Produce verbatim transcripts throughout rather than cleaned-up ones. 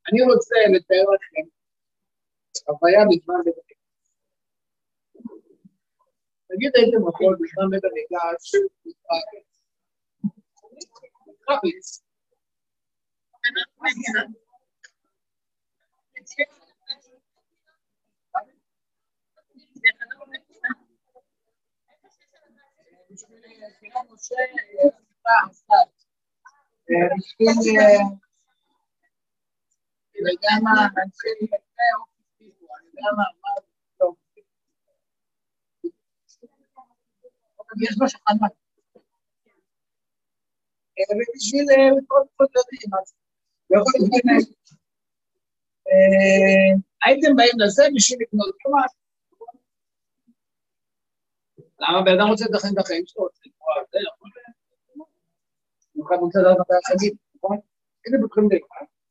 אני רוצה לתאר לכם חוויה בזמן בית המקדש. נגיד הייתם הכל בזמן בית המקדש, מתרחץ. מתרחץ. בשביל אני יודע מה, נתחיל לפני אופיסטיבו, אני יודע מה, מה זה טוב. יש לו שולחן. ובשביל כל פחות יודעים, אז יכול להתגנב. הייתם באים לזה בשביל לקנות כמה? למה בן אדם רוצה לתכן את החיים שלו? זה יכול להיות. במיוחד רוצה לדעת מתי החגים, נכון? הנה פותחים די.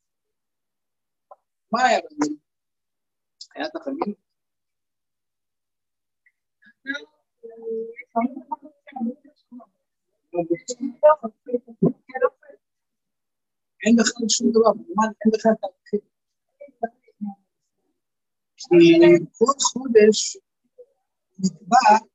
מה היה בזה? היה את החגים? אין בכלל שום דבר, אין בכלל תאריכים. כי כל חודש נקבע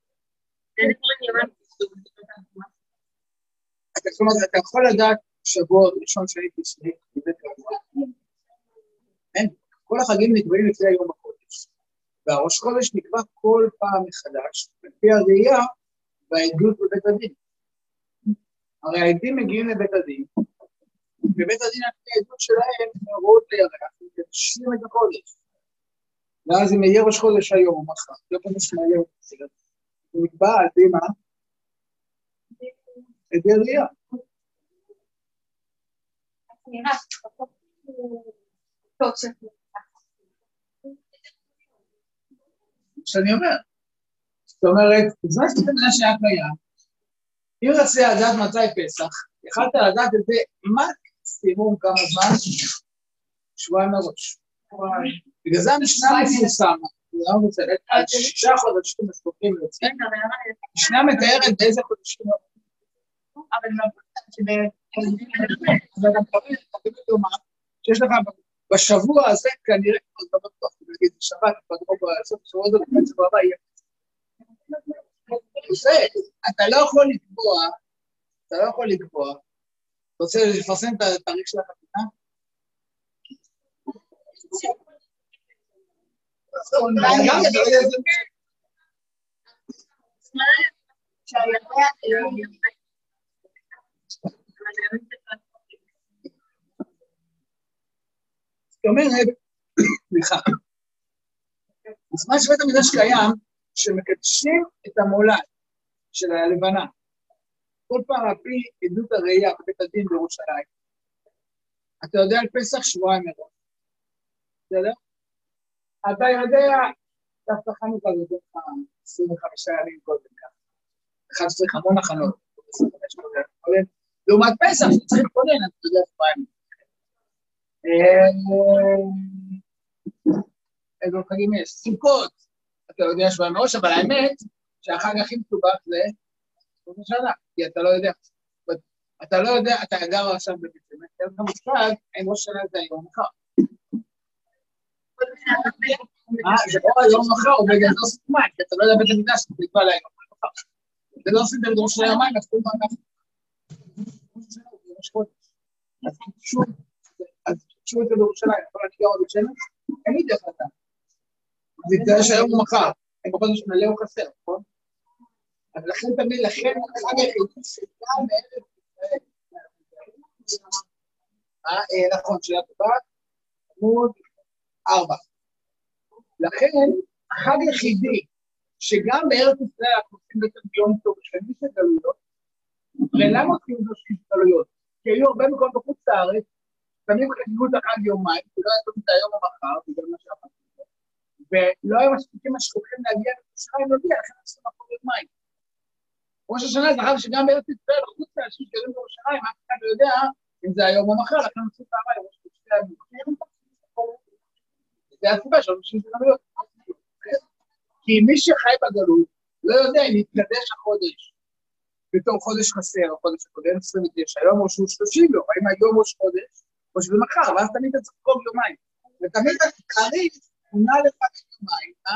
אתה יכול לדעת שבוע ראשון שהייתי שני בבית רבוע. אין, כל החגים נקבעים לפי היום הקודש. והראש חודש נקבע כל פעם מחדש, לפי הראייה והעדות בבית הדין. הרי העדים מגיעים לבית הדין, ובית הדין לפי העדות שלהם רואות לירח, ומקדשים את הקודש. ואז אם יהיה ראש חודש היום או מחר, לא פנוש מהיום, זה נקבע על פי מה? עדי הראייה. שאני אומר, זאת אומרת, זמן שאתה מנה שהיה קיים, אם רצה לדעת מתי פסח, יכלת לדעת את זה מקסימום כמה זמן? שבועיים מראש. בגלל זה המשנה מפורסם, על שישה חודשים משפטים ויוצאים, המשנה מתארת באיזה חודשים לא. אבל לא, אבל גם קוראים, תגיד לומר, שיש לך בשבוע הזה כנראה, אז לא בטוח, נגיד, שבת, פגעו בסוף שבוע הזאת, בעצם הבא יהיה. אתה לא יכול לקבוע, אתה לא יכול לקבוע, אתה רוצה לפרסם את התאריך של החתונה? זאת אומרת, סליחה, בזמן שבית המקדש קיים, שמקדשים את המולד של הלבנה, כל פעם על פי עדות הראייה בבית הדין בירושלים, אתה יודע על פסח שבועיים מראש. בסדר? אתה יודע, דווקא חנוכה זה דרך עשרים וחמישה ימים קודם כך. אחד שצריך המון הכנות. לעומת פסח שצריך קודם, אתה יודע שבועיים. איזה חגים יש? סוכות. אתה יודע שבועיים מראש, אבל האמת שהחג הכי מסובך זה סוכות השנה, כי אתה לא יודע. אתה לא יודע, אתה גר עכשיו בבית, אין לך מושג, אין ראש שנה זה היום מחר. זה או היום מחר, או בגלל זה עושים מים, כי אתה לא יודע בית המקדש, אתה תקבע להיום מחר. זה לא עושים בגלל של היומיים, אז כל מה אנחנו. אז תשאו את זה בירושלים, יכול להגיע עוד לשמש, אין לי דרך לתה. זה יתגלה שהיום הוא מחר, אין בכל זאת שמלא הוא חסר, נכון? אז לכן תמיד, לכן החג היחידי שגם מארץ ישראל, נכון, שאלה טובה, עמוד ארבע. לכן, החג היחידי, שגם בארץ ישראל אנחנו עושים בעצם יום טוב, שמי שגלויות, ולמה עושים את זה גלויות? כי היו הרבה מקום בחוץ לארץ, תמיד חגגו את החג יומיים, כי לא היה טוב את היום המחר, בגלל מה שאנחנו עושים, ולא היו מספיקים השלוחים להגיע לירושלים להגיע, לכן עושים מחר יומיים. ראש השנה זה חג שגם בארץ ישראל, חוץ לאנשים שגרים בירושלים, אף אחד לא יודע אם זה היום המחר, לכן עושים פעמיים, ראש השנה הימים. זה הסיבה של אנשים שגלויות. כי מי שחי בגלות לא יודע אם יתקדש החודש בתור חודש חסר, החודש הקודם עשרים ותשע, היום ראש הוא שלושים לו, האם היום ראש חודש, או שזה מחר, ואז תמיד אתה צריך קרוב יומיים. ותמיד התאריך עונה לך יומיים, אה?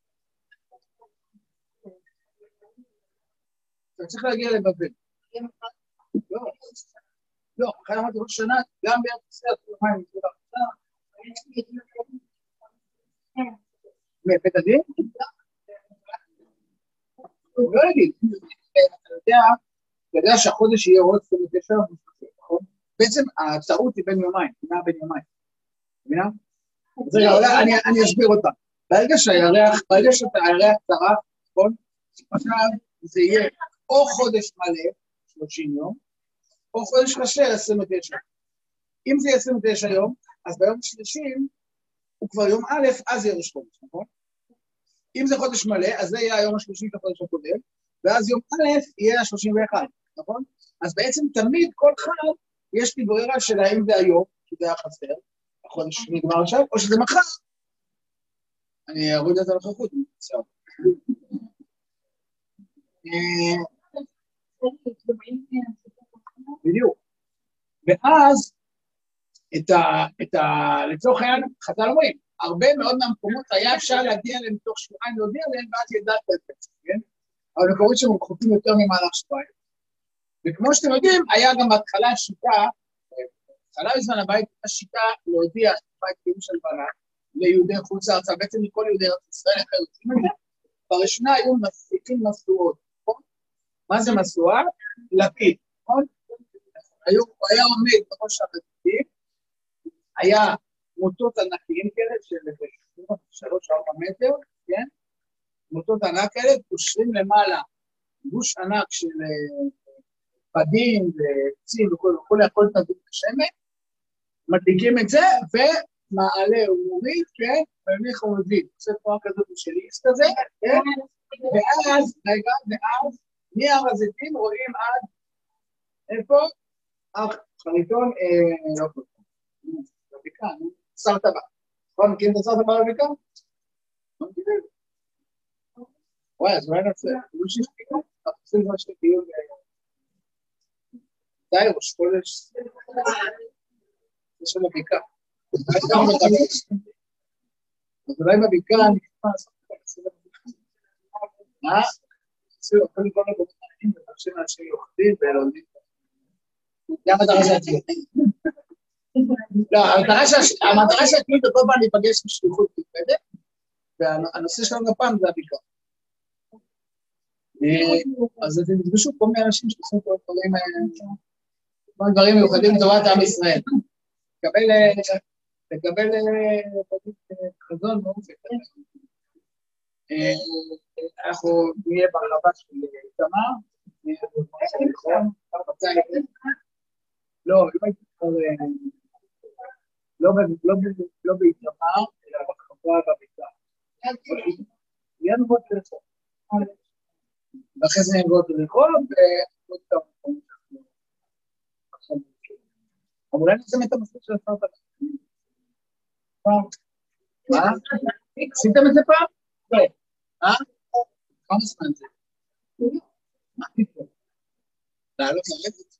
אתה צריך להגיע לבבל. לא, לא, אחרי אמרתי ראש שנה, גם בארץ ישראל, יומיים, נקרא עכשיו. מבית הדין? לא להגיד, אתה יודע, אתה יודע שהחודש יהיה עוד עשרים ותשע, נכון? בעצם הטעות היא בין יומיים, היא בין יומיים. מבינה? אז רגע, אולי אני אסביר אותה. ברגע שהירח, ברגע שהירח צרף, נכון? עכשיו זה יהיה או חודש מלא, שלושים יום, או חודש חסר, עשרים ותשע. אם זה יהיה עשרים ותשע יום, אז ביום שלושים, הוא כבר יום א', אז יהיה ראש חודש, נכון? אם זה חודש מלא, אז זה יהיה היום השלושים של החודש הקודם, ואז יום א' יהיה ה-שלושים ואחת, נכון? אז בעצם תמיד כל חג יש לי ברירה של האם זה היום, כי זה היה חסר, החודש נגמר עכשיו, או שזה מחר. אני ארוץ את הנוכחות, אני חושב. בדיוק. ואז, לצורך העניין, חז"ל אומרים, הרבה מאוד מהמקומות היה אפשר להגיע להם תוך שבועיים, להודיע להם, ואז ידעת את זה, כן? אבל מקומות שהם רחוקים יותר ממהלך שבועיים. וכמו שאתם יודעים, היה גם בהתחלה שיטה, בהתחלה בזמן הבית, השיטה להודיע בית קיום של בנה, ליהודי חוץ לארץ, בעצם לכל יהודי ארץ ישראל, איך היוצאים את זה? בראשונה היו מסיקים מסורות, נכון? מה זה מסורה? לפיד, נכון? הוא היה עומד בראש הרצים, היה מוטות ענקיים כאלה של שלוש ארבע מטר, כן? מוטות ענק כאלה, קושרים למעלה, גוש ענק של פדים וצים וכל הכל תדוק בשמן, מדליקים את זה, ומעלה ומוריד, כן? ומניח ומוריד, עושה תנועה כזאת של איקס כזה, כן? ואז, רגע, ואז, מהר הזיתים רואים עד, איפה? חריטון, לא כל כך, בבקעה, שר טבע. נכון, מכיר את השר טבע בבקעה? לא מכיר? וואי, אז אולי נעשה, לא ששתיקה, אנחנו עושים מה שתהיו די, ראש חודש, יש לנו בבקעה. אז אולי בבקעה נכנס, מה? עשינו, קודם כל נגוד מעניינים, ותחשים אנשים יוחדים ואלוהים. גם המטרה שעתית. לא, המטרה שעתית, כל פעם להיפגש בשליחות מתקדת, והנושא שלנו הפעם זה הבקעה. אז אתם תפגשו כל מיני אנשים שעושים כל דברים, כל דברים מיוחדים לטובת עם ישראל. לקבל חזון מאופק. אנחנו נהיה ברחבה של תמר, לא, לא בהתאמר, אלא בחברה בבקעה. יהיה נבוא את רחוב. ואחרי זה נבוא את רחוב, ועוד כמה מקומות שאנחנו... אבל אולי נעשה את המסלול של הסרט הזה. פעם. מה? עשיתם את זה פעם? לא. אה? כמה זמן זה? מה פתאום? לעלות לרדת?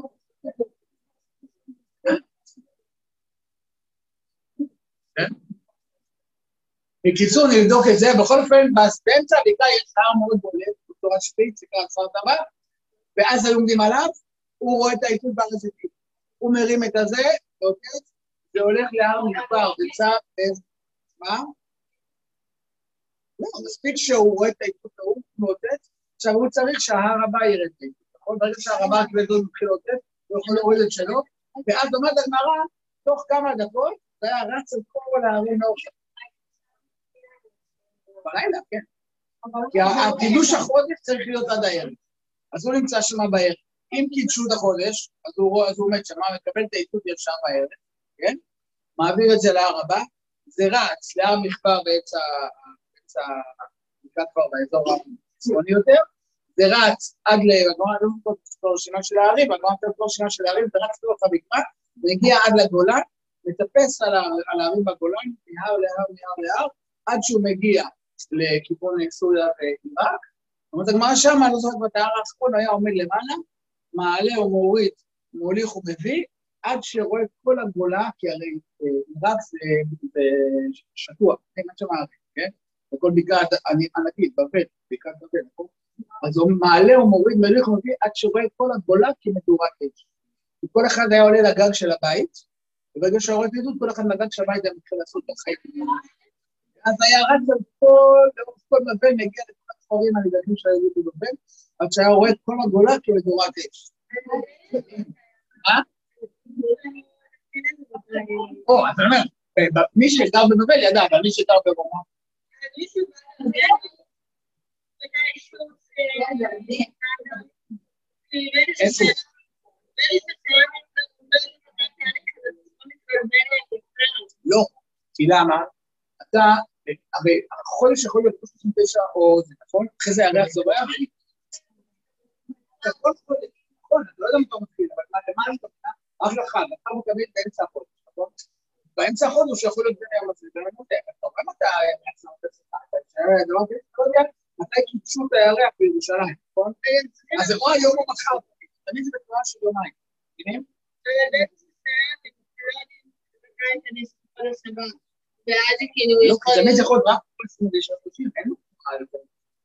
בקיצור, נבדוק את זה, בכל אופן, באמצע הבקעה יש הר מאוד בולט, דוקטורט שפיץ, שקרא שר טבע, ואז היומדים עליו, הוא רואה את העיתות בהר הזיתים. הוא מרים את הזה, ועוקץ, זה הולך להר מדבר, וצע, מה? לא, מספיק שהוא רואה את העיתות ההוא, הוא מעוטט, עכשיו הוא צריך שההר הבא ירד את העיתות, נכון? ברגע שההר הבא כבדו מתחיל לעוטט, הוא יכול להוריד את שלו, ואז עומד הגמרא, תוך כמה דקות, זה היה רץ על כל הערים לאורך. בלילה, כן. כי הקידוש החודש צריך להיות עד הערב. אז הוא נמצא שם בערב. אם קידשו את החודש, אז הוא עומד שם, מקבל את העיתות ישר בערב, כן? מעביר את זה להר הבא, זה רץ להר מחבר באמצע, באמצע, נקרא כבר באזור הצפוני יותר, זה רץ עד לגמרא, לא מכל רשימה של הערים, הגמרא מכל רשימה של הערים, זה רץ תוך הבקעה, והגיע עד לגולן, מטפס על הערים בגולן, מהר להר, מהר להר, עד שהוא מגיע לכיוון סוריה ועיראק. זאת אומרת, הגמרא שם, אני לא זוכרת בתאר האחרון, היה עומד למעלה, מעלה ומוריד, מוליך ומביא, עד שרואה את כל הגולה, כי הרי עיראק זה שטוח, אין עד שמערכת, כן? וכל בקעת ענקית, בבל, בקעת בבל, נכון? אז הוא מעלה ומוריד, מליך ומביא, עד שרואה את כל הגולה כמדורת אש. וכל אחד היה עולה לגג של הבית, וברגע שהוא רואה את עדות, כל אחד לגג של הבית היה מתחיל לעשות את החיים. אז היה רץ על כל, לאורך כל בבל, מגיע לכל הספרים הנדלקים של העדות בבבל, עד שהיה רואה את כל הגולה כמדורת אש. מה? או, אתה אומר, מי שגר בבבל ידע, אבל מי שגר ברומא. איפה? לא, כי למה? אתה, הרי החודש יכול להיות שלושים ותשע או זה נכון? אחרי זה הריח זורח? אתה כל חודש, נכון, אתה לא יודע מה מתחיל, אבל מה, למה אני תמיד? אף אחד, אחר הוא תמיד באמצע החודש, נכון? באמצע החודש יכול להיות בין היום הזה, בין היום הזה, אתה רואה מתי היחס נעודת שיחה, אתה לא יודע, מתי קיבשו את הירח בירושלים, נכון? אז זה או היום או מחר, תמיד זה בתנועה של יומיים, מבינים? ואז זה כאילו לא, כי תמיד זה יכול להיות רק כל עשרים ותשע שלושים, אין לו מחר יותר.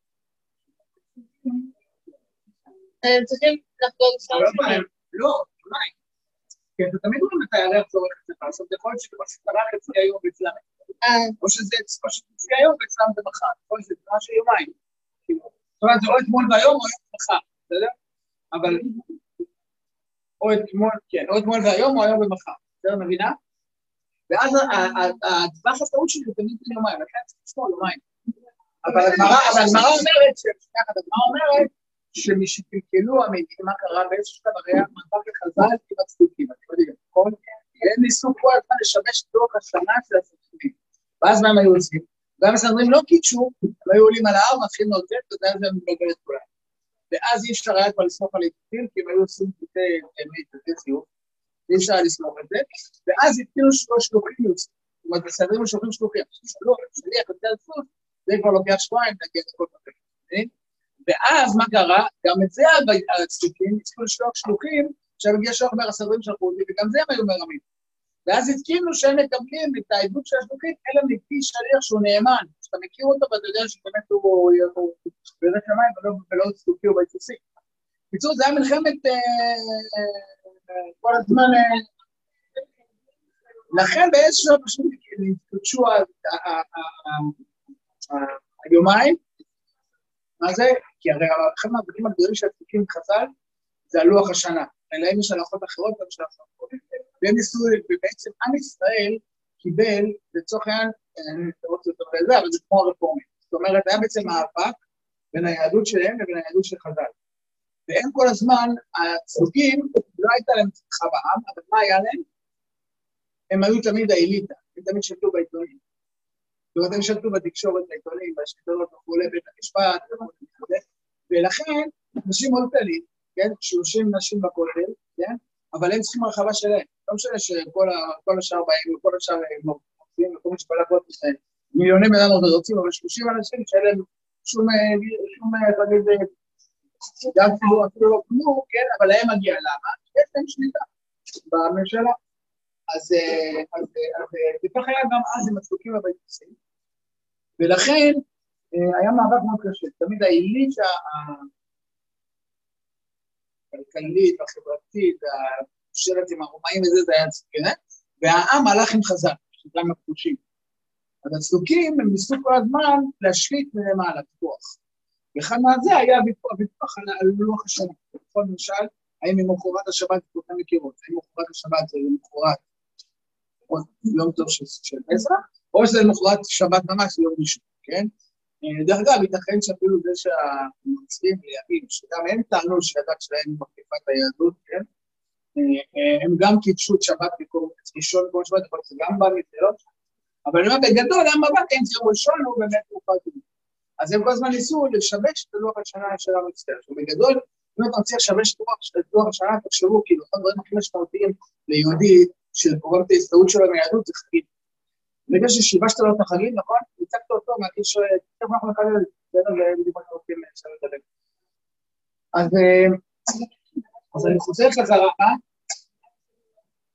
הם צריכים לחגוג שלוש שנים. לא, אולי. כי אתה תמיד רואים את הירח זורח אצלך, עכשיו זה יכול להיות שכמו שצרח אצלי היום ואצלם. או שזה אצלי היום ואצלם זה מחר, או שזה תנועה של יומיים. זאת אומרת, זה או אתמול והיום או היום ומחר, בסדר? אבל, או אתמול, כן, או אתמול והיום או היום ומחר, בסדר, מבינה? ואז הטווח הטעות שלי תמיד בין יומיים, לכן צריך לשמור יומיים. אבל הגמרא אומרת, הגמרא אומרת, שמשקלקלו המינים, מה קרה באיזשהו שלב, הרי המנפק לחז"ל עם הצדוקים, אתם יודעים, נכון? הם ניסו כל הזמן לשבש את לוח השנה של הצדוקים. ואז מה הם היו עושים? גם הסנהדרין לא קידשו, הם היו עולים על ההר, מתחילים להוצאת, וזה היה מבלבל את כולם. ואז אי אפשר היה כבר לסמוך על העיתים, כי הם היו עושים תתי סיוף, אי אפשר לסמוך את זה, ואז התחילו שלוחים יוצאים. זאת אומרת, הסנהדרין שולחים שלוחים, שלוח, שליח, יותר סוף, זה כבר לוקח שבועיים, נגיד את כל כך. ואז מה קרה? גם את זה הצדוקים הצליחו לשלוח שלוחים, שמגיע שלוח אומר הסנהדרין שלחו אותי, וגם זה הם היו מרמים. ואז התקינו שהם מקבלים את העדות של השלוחים, אלא מפי שליח שהוא נאמן, שאתה מכיר אותו ואתה יודע שבאמת הוא בידי שמיים ולא צדוקי או ביצוסי. בקיצור, זה היה מלחמת כל הזמן, לכן באיזשהו פשוט נתקדשו היומיים, מה זה? כי הרי אחד מהדברים הגדולים של הצדוקים מחז"ל זה הלוח השנה, אלא אם יש הלכות אחרות גם של אחרות. והם ניסו, ובעצם עם ישראל קיבל, לצורך העניין, אני לא רוצה יותר לזה, אבל זה כמו הרפורמים. זאת אומרת, היה בעצם מאבק בין היהדות שלהם לבין היהדות של חז"ל. והם כל הזמן, הצדוקים, לא הייתה להם צלחה בעם, אבל מה היה להם? הם היו תמיד האליטה, הם תמיד שלטו בעיתונים. זאת אומרת, הם שלטו בתקשורת בעיתונים, בשלטונות וכולי, בית המשפט, ולכן, נשים מאוד כללית, כן? שלושים נשים בכותל, כן? אבל הם צריכים הרחבה שלהם. לא משנה שכל השאר באים, וכל השאר מוצאים, וכל מי שכל הכות מסיים. מיליוני בן אדם רוצים, אבל שלושים אנשים שאין להם שום, שום, תגיד, גם אפילו לא כמו, כן? אבל להם מגיע, למה? יש להם שליטה בממשלה. אז כך היה גם אז עם הצדוקים והביצוסים. ולכן היה מאבק מאוד קשה. תמיד העילית הכלכלית, החברתית, השרת עם הרומאים וזה, זה היה צדוקי, והעם הלך עם חז"ל, שגם הכבושים. אז הצדוקים הם ניסו כל הזמן להשליט למעלה, פיקוח. ואחד מהזה היה הוויכוח על לוח השנה. בכל למשל, האם ממחרת השבת כולכם מכירות, האם ממחרת השבת זה למחרת יום טוב של פסח, או שזה למחרת שבת ממש יום ראשון, כן? דרך אגב, ייתכן שאפילו זה שהמצרים לימים, שגם הם טענו שהדת שלהם מחליפה את היהדות, כן? הם גם קידשו את שבת בקוראים ראשון כמו שבת, אבל זה גם בא מתלות, אבל אני אומר, בגדול, היה מבט, אין זה ראשון, הוא באמת תקופת יום. אז הם כל הזמן ניסו לשבש את לוח השנה של המצטער, שבגדול, אם אתה מצליח לשבש את לוח השנה, תחשבו, כאילו, אותם דברים הכי משמעותיים ליהודי, שקוראים את ההסתאות שלו מהיהדות, זה חגים. בגלל ששיבשת לו את החגים, נכון? הצגת אותו מהכיס שואל, איך אנחנו נחלל את זה, ובדיוק אנחנו רוצים לשאול את הלב. אז אני חוזר חזרה,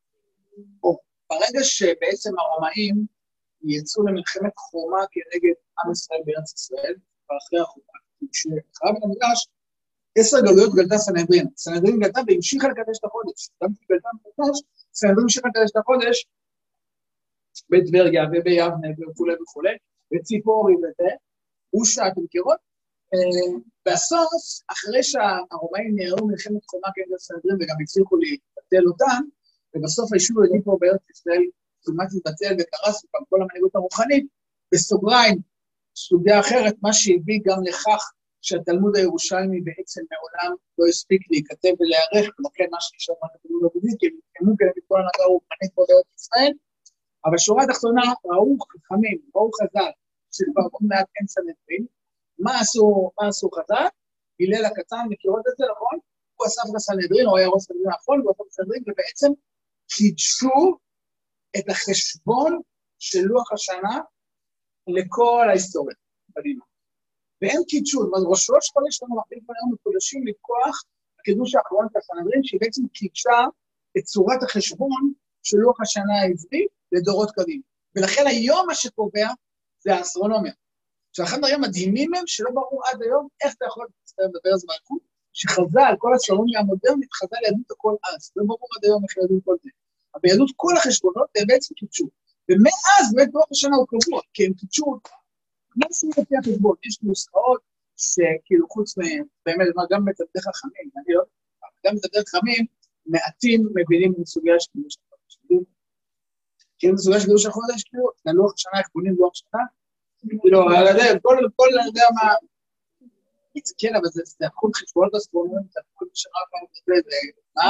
ברגע שבעצם הרומאים יצאו למלחמת חורמה כנגד עם ישראל בארץ ישראל, ואחרי החורמה, כשחרב בית המקדש, עשר גלויות גלתה סנהדרין. סנהדרין גלתה והמשיכה לקדש את החודש. גם גלתה מקדש, סנהדרין המשיכה לקדש את החודש, בטבריה וביבנה וכו' וכו', וציפורי וזה, אושה, אתם מכירות? בסוף, אחרי שהרומאים נהרו מלחמת חורמה כנגד סנהדרין, וגם הצליחו להתבטל אותם, ובסוף היישוב היהודי פה בארץ ישראל כמעט התבטל וקרס גם כל המנהיגות הרוחנית, בסוגריים, סוגיה אחרת, מה שהביא גם לכך שהתלמוד הירושלמי בעצם מעולם לא הספיק להיכתב ולהיערך, ולכן מה שנשאר מהתלמוד היהודי, כי הם התקיימו כאלה את כל הנהגה הרוחנית פה בארץ ישראל, אבל שורה התחתונה, ראו חכמים, ראו חז"ל, שכבר עוד מעט אין סנהדרין, מה עשו, מה עשו חז"ל? הלל הקטן, מכירות את זה, נכון? הוא אסף את הסנהדרין, הוא היה ראש סנהדרין האחרון, הוא אסף את הסנהדרין, ובעצם חידשו את החשבון של לוח השנה לכל ההיסטוריה, בדימה. והם קידשו, זאת אומרת, ראש ראש חודש שלנו מחליט היום מקודשים לכוח הקידוש האחרון את הסנהדרין, שהיא בעצם קידשה את צורת החשבון של לוח השנה העברי לדורות קדימה. ולכן היום מה שקובע זה האסטרונומיה. שאחד הדברים המדהימים הם שלא ברור עד היום איך אתה יכול לדבר אז באלקות, שחז"ל, כל האסטרונומיה המודרנית, חז"ל ידעו את הכל אז, לא ברור עד היום איך ידעו כל זה. אבל ידעו כל החשבונות, הם בעצם קידשו. ומאז באמת לוח השנה הוא קבוע, כי הם קידשו כמו שהוא לפי החשבון, יש נוסחאות שכאילו חוץ מהם, באמת, גם בתלמידי חכמים, אני לא, גם בתלמידי חכמים, מעטים מבינים מסוגיה של גידוש החודש. כאילו מסוגיה של גידוש החודש, כאילו, זה לוח השנה, איך בונים לוח שנה, כאילו, כל, כל, אני יודע מה, כן, אבל זה החול חשבונות אסטרונומיים, זה החול בשנה פעם כזה, מה?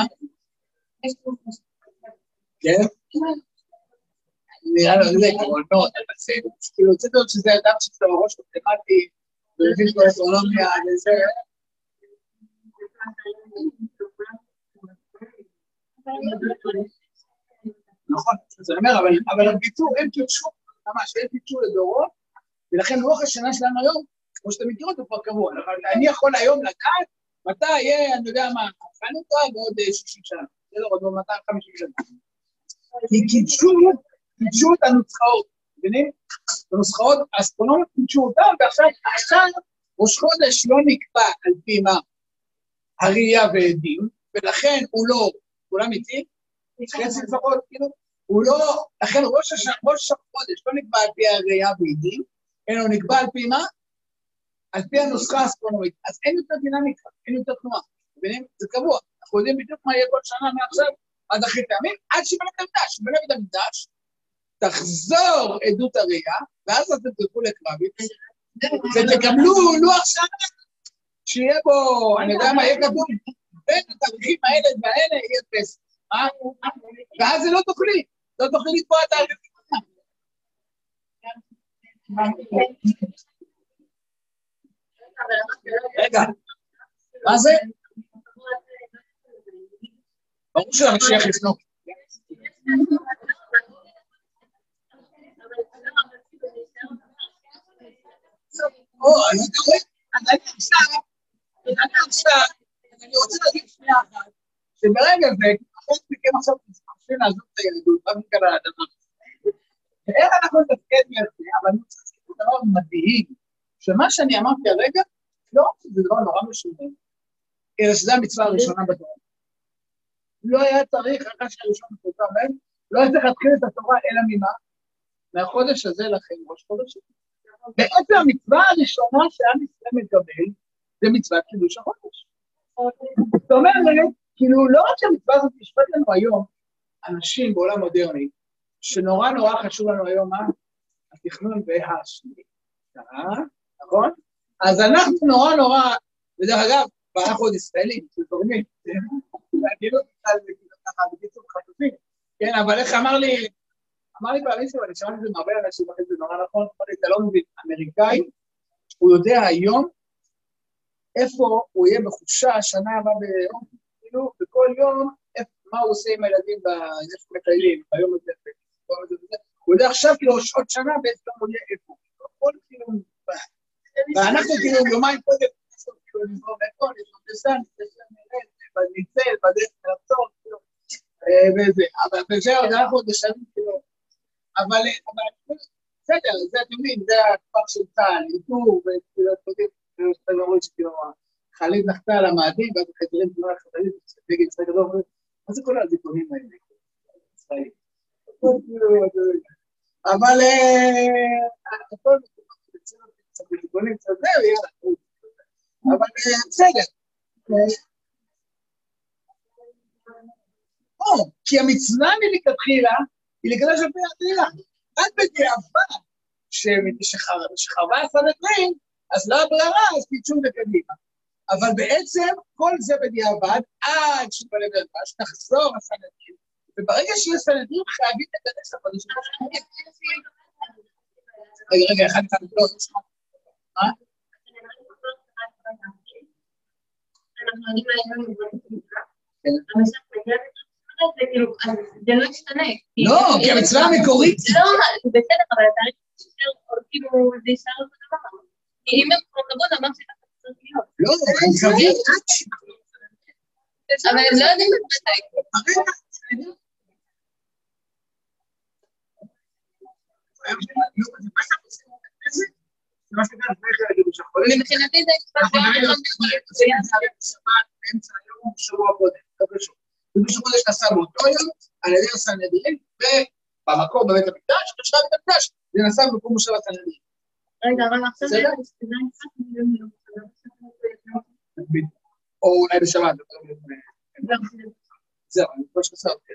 כן? נראה לו, זה כמונות, אבל זה, כאילו, זה טוב שזה אדם שזה בראש אופטימטי, ולפי כל אסטרונומיה, וזה... נכון, זה אומר, אבל הביצור, הם קידשו, ממש, הם קידשו לדורות, ולכן לוח השנה שלנו היום, כמו שאתם מכירות, הוא כבר קבוע, אבל אני יכול היום לדעת, מתי יהיה, אני יודע מה, חנוכה בעוד שישים שנה, זה לא עוד מאתיים וחמישים שנה. כי קידשו, קידשו את הנוסחאות, מבינים? הנוסחאות האסטרונומיות קידשו אותם, ועכשיו, עכשיו, ראש חודש לא נקבע על פי מה הראייה ועדים, ולכן הוא לא, כולם איתי, חצי לפחות, כאילו, הוא לא, לכן ראש החודש לא נקבע על פי הראייה ועדים, אלא הוא נקבע על פי מה? על פי הנוסחה האסטרונומית. אז אין יותר דינמיקה, אין יותר תנועה, מבינים? זה קבוע, אנחנו יודעים בדיוק מה יהיה כל שנה מעכשיו, עד אחרי פעמים, עד שבנית המקדש, שבנית המקדש, תחזור עדות הראייה, ואז אתם תלכו לקרבית, ותקבלו לוח שנה, שיהיה בו, אני יודע מה, יהיה כתוב, בין התאריכים האלה והאלה יהיה פסח, ואז זה לא תוכלי, לא תוכלי לקבוע את התאריכים. רגע, מה זה? ברור שהמשיח לפנות. או, אז אתה רואה, אז אני עכשיו, אני עכשיו, אני רוצה להגיד שנייה אחת, שברגע זה, אחת מכם עכשיו תצטרפים לעזוב את הילדות, רק מכאן על הדבר הזה. ואיך אנחנו נתפקד מזה, אבל אני רוצה להגיד דבר מדהים, שמה שאני אמרתי הרגע, לא רק שזה דבר נורא משונה, אלא שזו המצווה הראשונה בתורה. לא היה צריך, אחרי שהראשון בתורה, לא היה צריך להתחיל את התורה, אלא ממה? מהחודש הזה לכם, ראש חודש. בעצם המצווה הראשונה שעם ישראל מקבל, זה מצוות קידוש החודש. זאת אומרת, כאילו לא רק שהמצווה הזאת נשפט לנו היום, אנשים בעולם מודרני, שנורא נורא חשוב לנו היום מה? התכנון והשליטה, נכון? אז אנחנו נורא נורא, ודרך אגב, ואנחנו עוד ישראלים, שתורמים, כאילו, ככה, בקיצור חטופים, כן, אבל איך אמר לי, אמר לי פעמים שאני שמעתי את זה מהרבה אנשים, זה נורא נכון, אתה לא מבין, אמריקאי, הוא יודע היום איפה הוא יהיה בחופשה השנה הבאה ביום, כאילו, בכל יום, מה הוא עושה עם הילדים באיפה מטיילים, ביום הזה, הוא יודע עכשיו כאילו עוד שנה בעצם הוא יהיה איפה, הכל כאילו, ואנחנו כאילו יומיים קודם, כאילו נזרום איפה, נזרום דסן, דסן נרד, בניצל, בדרך מרצון, וזה, אבל בזה עוד אנחנו עוד נשארים אבל, בסדר, זה אתם יודעים, זה הכפר של צה"ל, איתור, וכאילו, אתם יודעים, אתה לא רואה שכאילו, חליט נחתה על המאדים, ואז חייתרים תנועה חדלית, וספגי ישראל גדול, מה זה כל הזיכונים האלה? אבל, הכל זיכונים קצת זהו, יאללה, אבל בסדר. או, כי המצווה מלכתחילה, היא לקדש על פי התהילה. רק בדיעבד, שחרבה הסנהדרין, אז לא הברירה, אז פיצ'ו לקדימה. אבל בעצם, כל זה בדיעבד, עד שבלי בלבש, תחזור הסנהדרין, וברגע שיש סנהדרין, חייבים לקדש את הקודש. רגע, רגע, אחד אחד, לא, מה? אנחנו יודעים להיום אבל שאנחנו מגיעים זה לא ישתנה. לא, כי המצווה המקורית. לא, זה בסדר, אבל התאריך שישר, כאילו, זה יישאר אותו דבר. כי אם הם כבר מדברות, אמר שככה צריך להיות. לא, הם חייבים. אבל הם לא יודעים את מתי. מבחינתי זה באמצע היום, שבוע קודם, לא קשור. ומישהו קודש נסע באותו יום, על ידי הסנהדרין, ובמקור בבית המקדש, ושם בית המקדש, זה נסע במקום מושב הסנהדרין. רגע, אבל עכשיו זה או אולי בשבת. זהו, אני חושב שעשה אותי.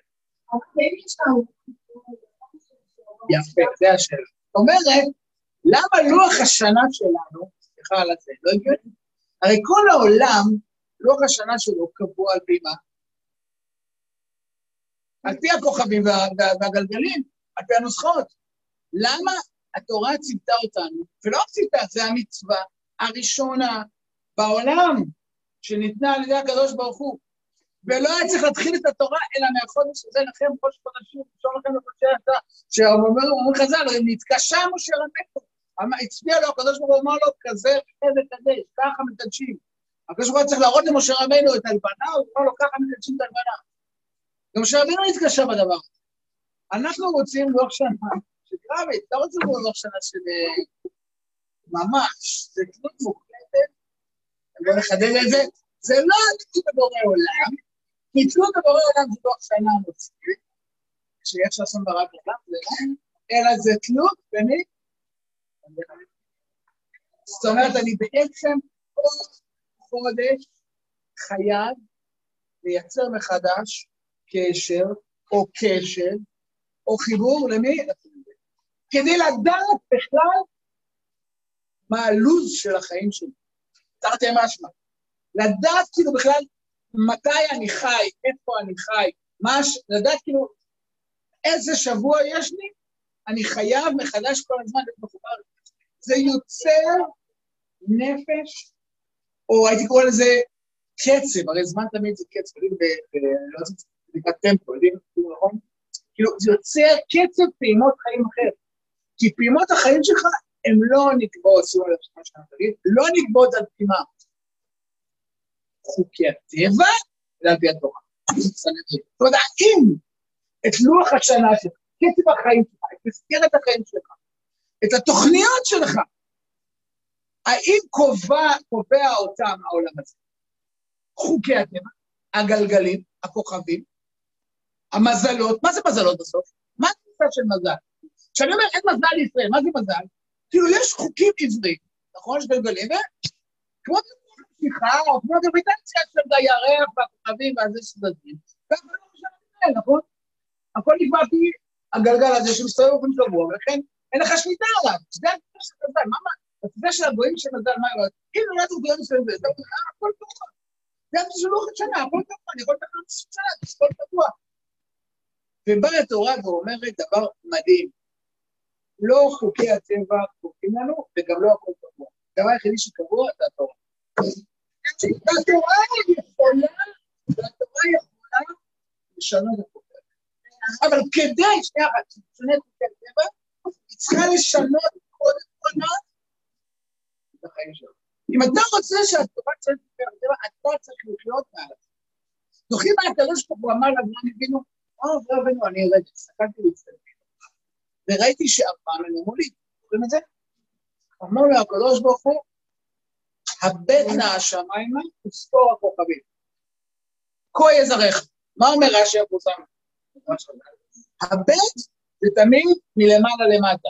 יפה, זה השאלה. זאת אומרת, למה לוח השנה שלנו, סליחה על זה, לא הגיוני? הרי כל העולם, לוח השנה שלו קבוע על פי מה? על פי הכוכבים והגלגלים, על פי הנוסחות. למה התורה ציוותה אותנו, ולא ציוותה, זה המצווה הראשונה בעולם, שניתנה על ידי הקדוש ברוך הוא, ולא היה צריך להתחיל את התורה, אלא מהחודש הזה לכם חודש חודשים, אפשר לכם לחודשי אתה, שאומר, אומר חז"ל, נתקשה משה רבנו, הצביע לו הקדוש ברוך הוא, אמר לו, כזה וכזה קדש, ככה מקדשים. הקדוש ברוך הוא צריך להראות למשה רבנו את הלבנה, הוא אמר לו, ככה מקדשים את הלבנה. ומשה רבנו נתקשה בדבר. אנחנו רוצים לוח שנה, שקרבית, לא רוצים לוח שנה של ממש, זה תלות מוחלטת, בוא נחדד את זה, זה לא תלות בבורא עולם, כי תלות בבורא עולם זה לוח שנה נוצרית, שיש לשון ברק עולם, אלא זה תלות בני, זאת אומרת, אני בעצם כל חודש חייב לייצר מחדש קשר או קשר או חיבור למי? כדי לדעת בכלל מה הלוז של החיים שלי. תרתי משמע. לדעת כאילו בכלל מתי אני חי, איפה אני חי, מש, לדעת כאילו איזה שבוע יש לי, אני חייב מחדש כל הזמן להיות מחובר. זה יוצר נפש, או הייתי קורא לזה קצב, הרי זמן תמיד זה קצב, לא יודעים, זה נקרא טמפו, יודעים, נכון? כאילו, זה יוצר קצב פעימות חיים אחר, כי פעימות החיים שלך, הם לא נקבעות, שימו לב, לא נקבעות על פי מה? חוקי הטבע, אלא על פי התורה. זאת אומרת, האם את לוח השנה שלך, קצב החיים שלך, את מסגרת החיים שלך, את התוכניות שלך, האם קובע, קובע אותם העולם הזה? חוקי הטבע, הגלגלים, הכוכבים, המזלות, מה זה מזלות בסוף? מה התפיסה של מזל? כשאני אומר אין מזל לישראל, מה זה מזל? כאילו יש חוקים עבריים, נכון? יש גלגלים, כמו פתיחה, או כמו גביטציה של הירח והכוכבים והזה שזזים, ככה לא משנה ישראל, נכון? הכל נקבע פי הגלגל הזה שמסתובב באופן קבוע, ולכן אין לך שליטה עליו, זה התפיסה של מזל, מה מה? התפיסה של הגויים של מזל, מה היא? אם נולד הוא גויים של זה, הכל קבוע. זה התפיסה של לוח השנה, הכל קבוע, אני יכול לתכנן את השנה, הכל קבוע. ובאה התורה ואומרת דבר מדהים, לא חוקי הטבע חוקים לנו, וגם לא הכל קבוע. הדבר היחידי שקבוע זה התורה. התורה יכולה, והתורה יכולה לשנות את חוקי הטבע. אבל כדי, שנייה אחת, לשנות את חוקי הטבע, היא צריכה לשנות קודם כל את החיים שלנו. אם אתה רוצה שהתורה תשנות את חוקי הטבע, אתה צריך לחיות מעלה. זוכרים מה הקדוש ברוך הוא אמר לאברהם אבינו, או אברהם אבינו, אני רגע, סתכלתי להצטלם. וראיתי שאברהם אינו מוליד. זוכרים את זה? אמר לו הקדוש ברוך הוא, הבט נא השמיימה וספור הכוכבים. כה יזרעך. מה אומר רש"י המפורסם? הבט זה תמיד מלמעלה למטה.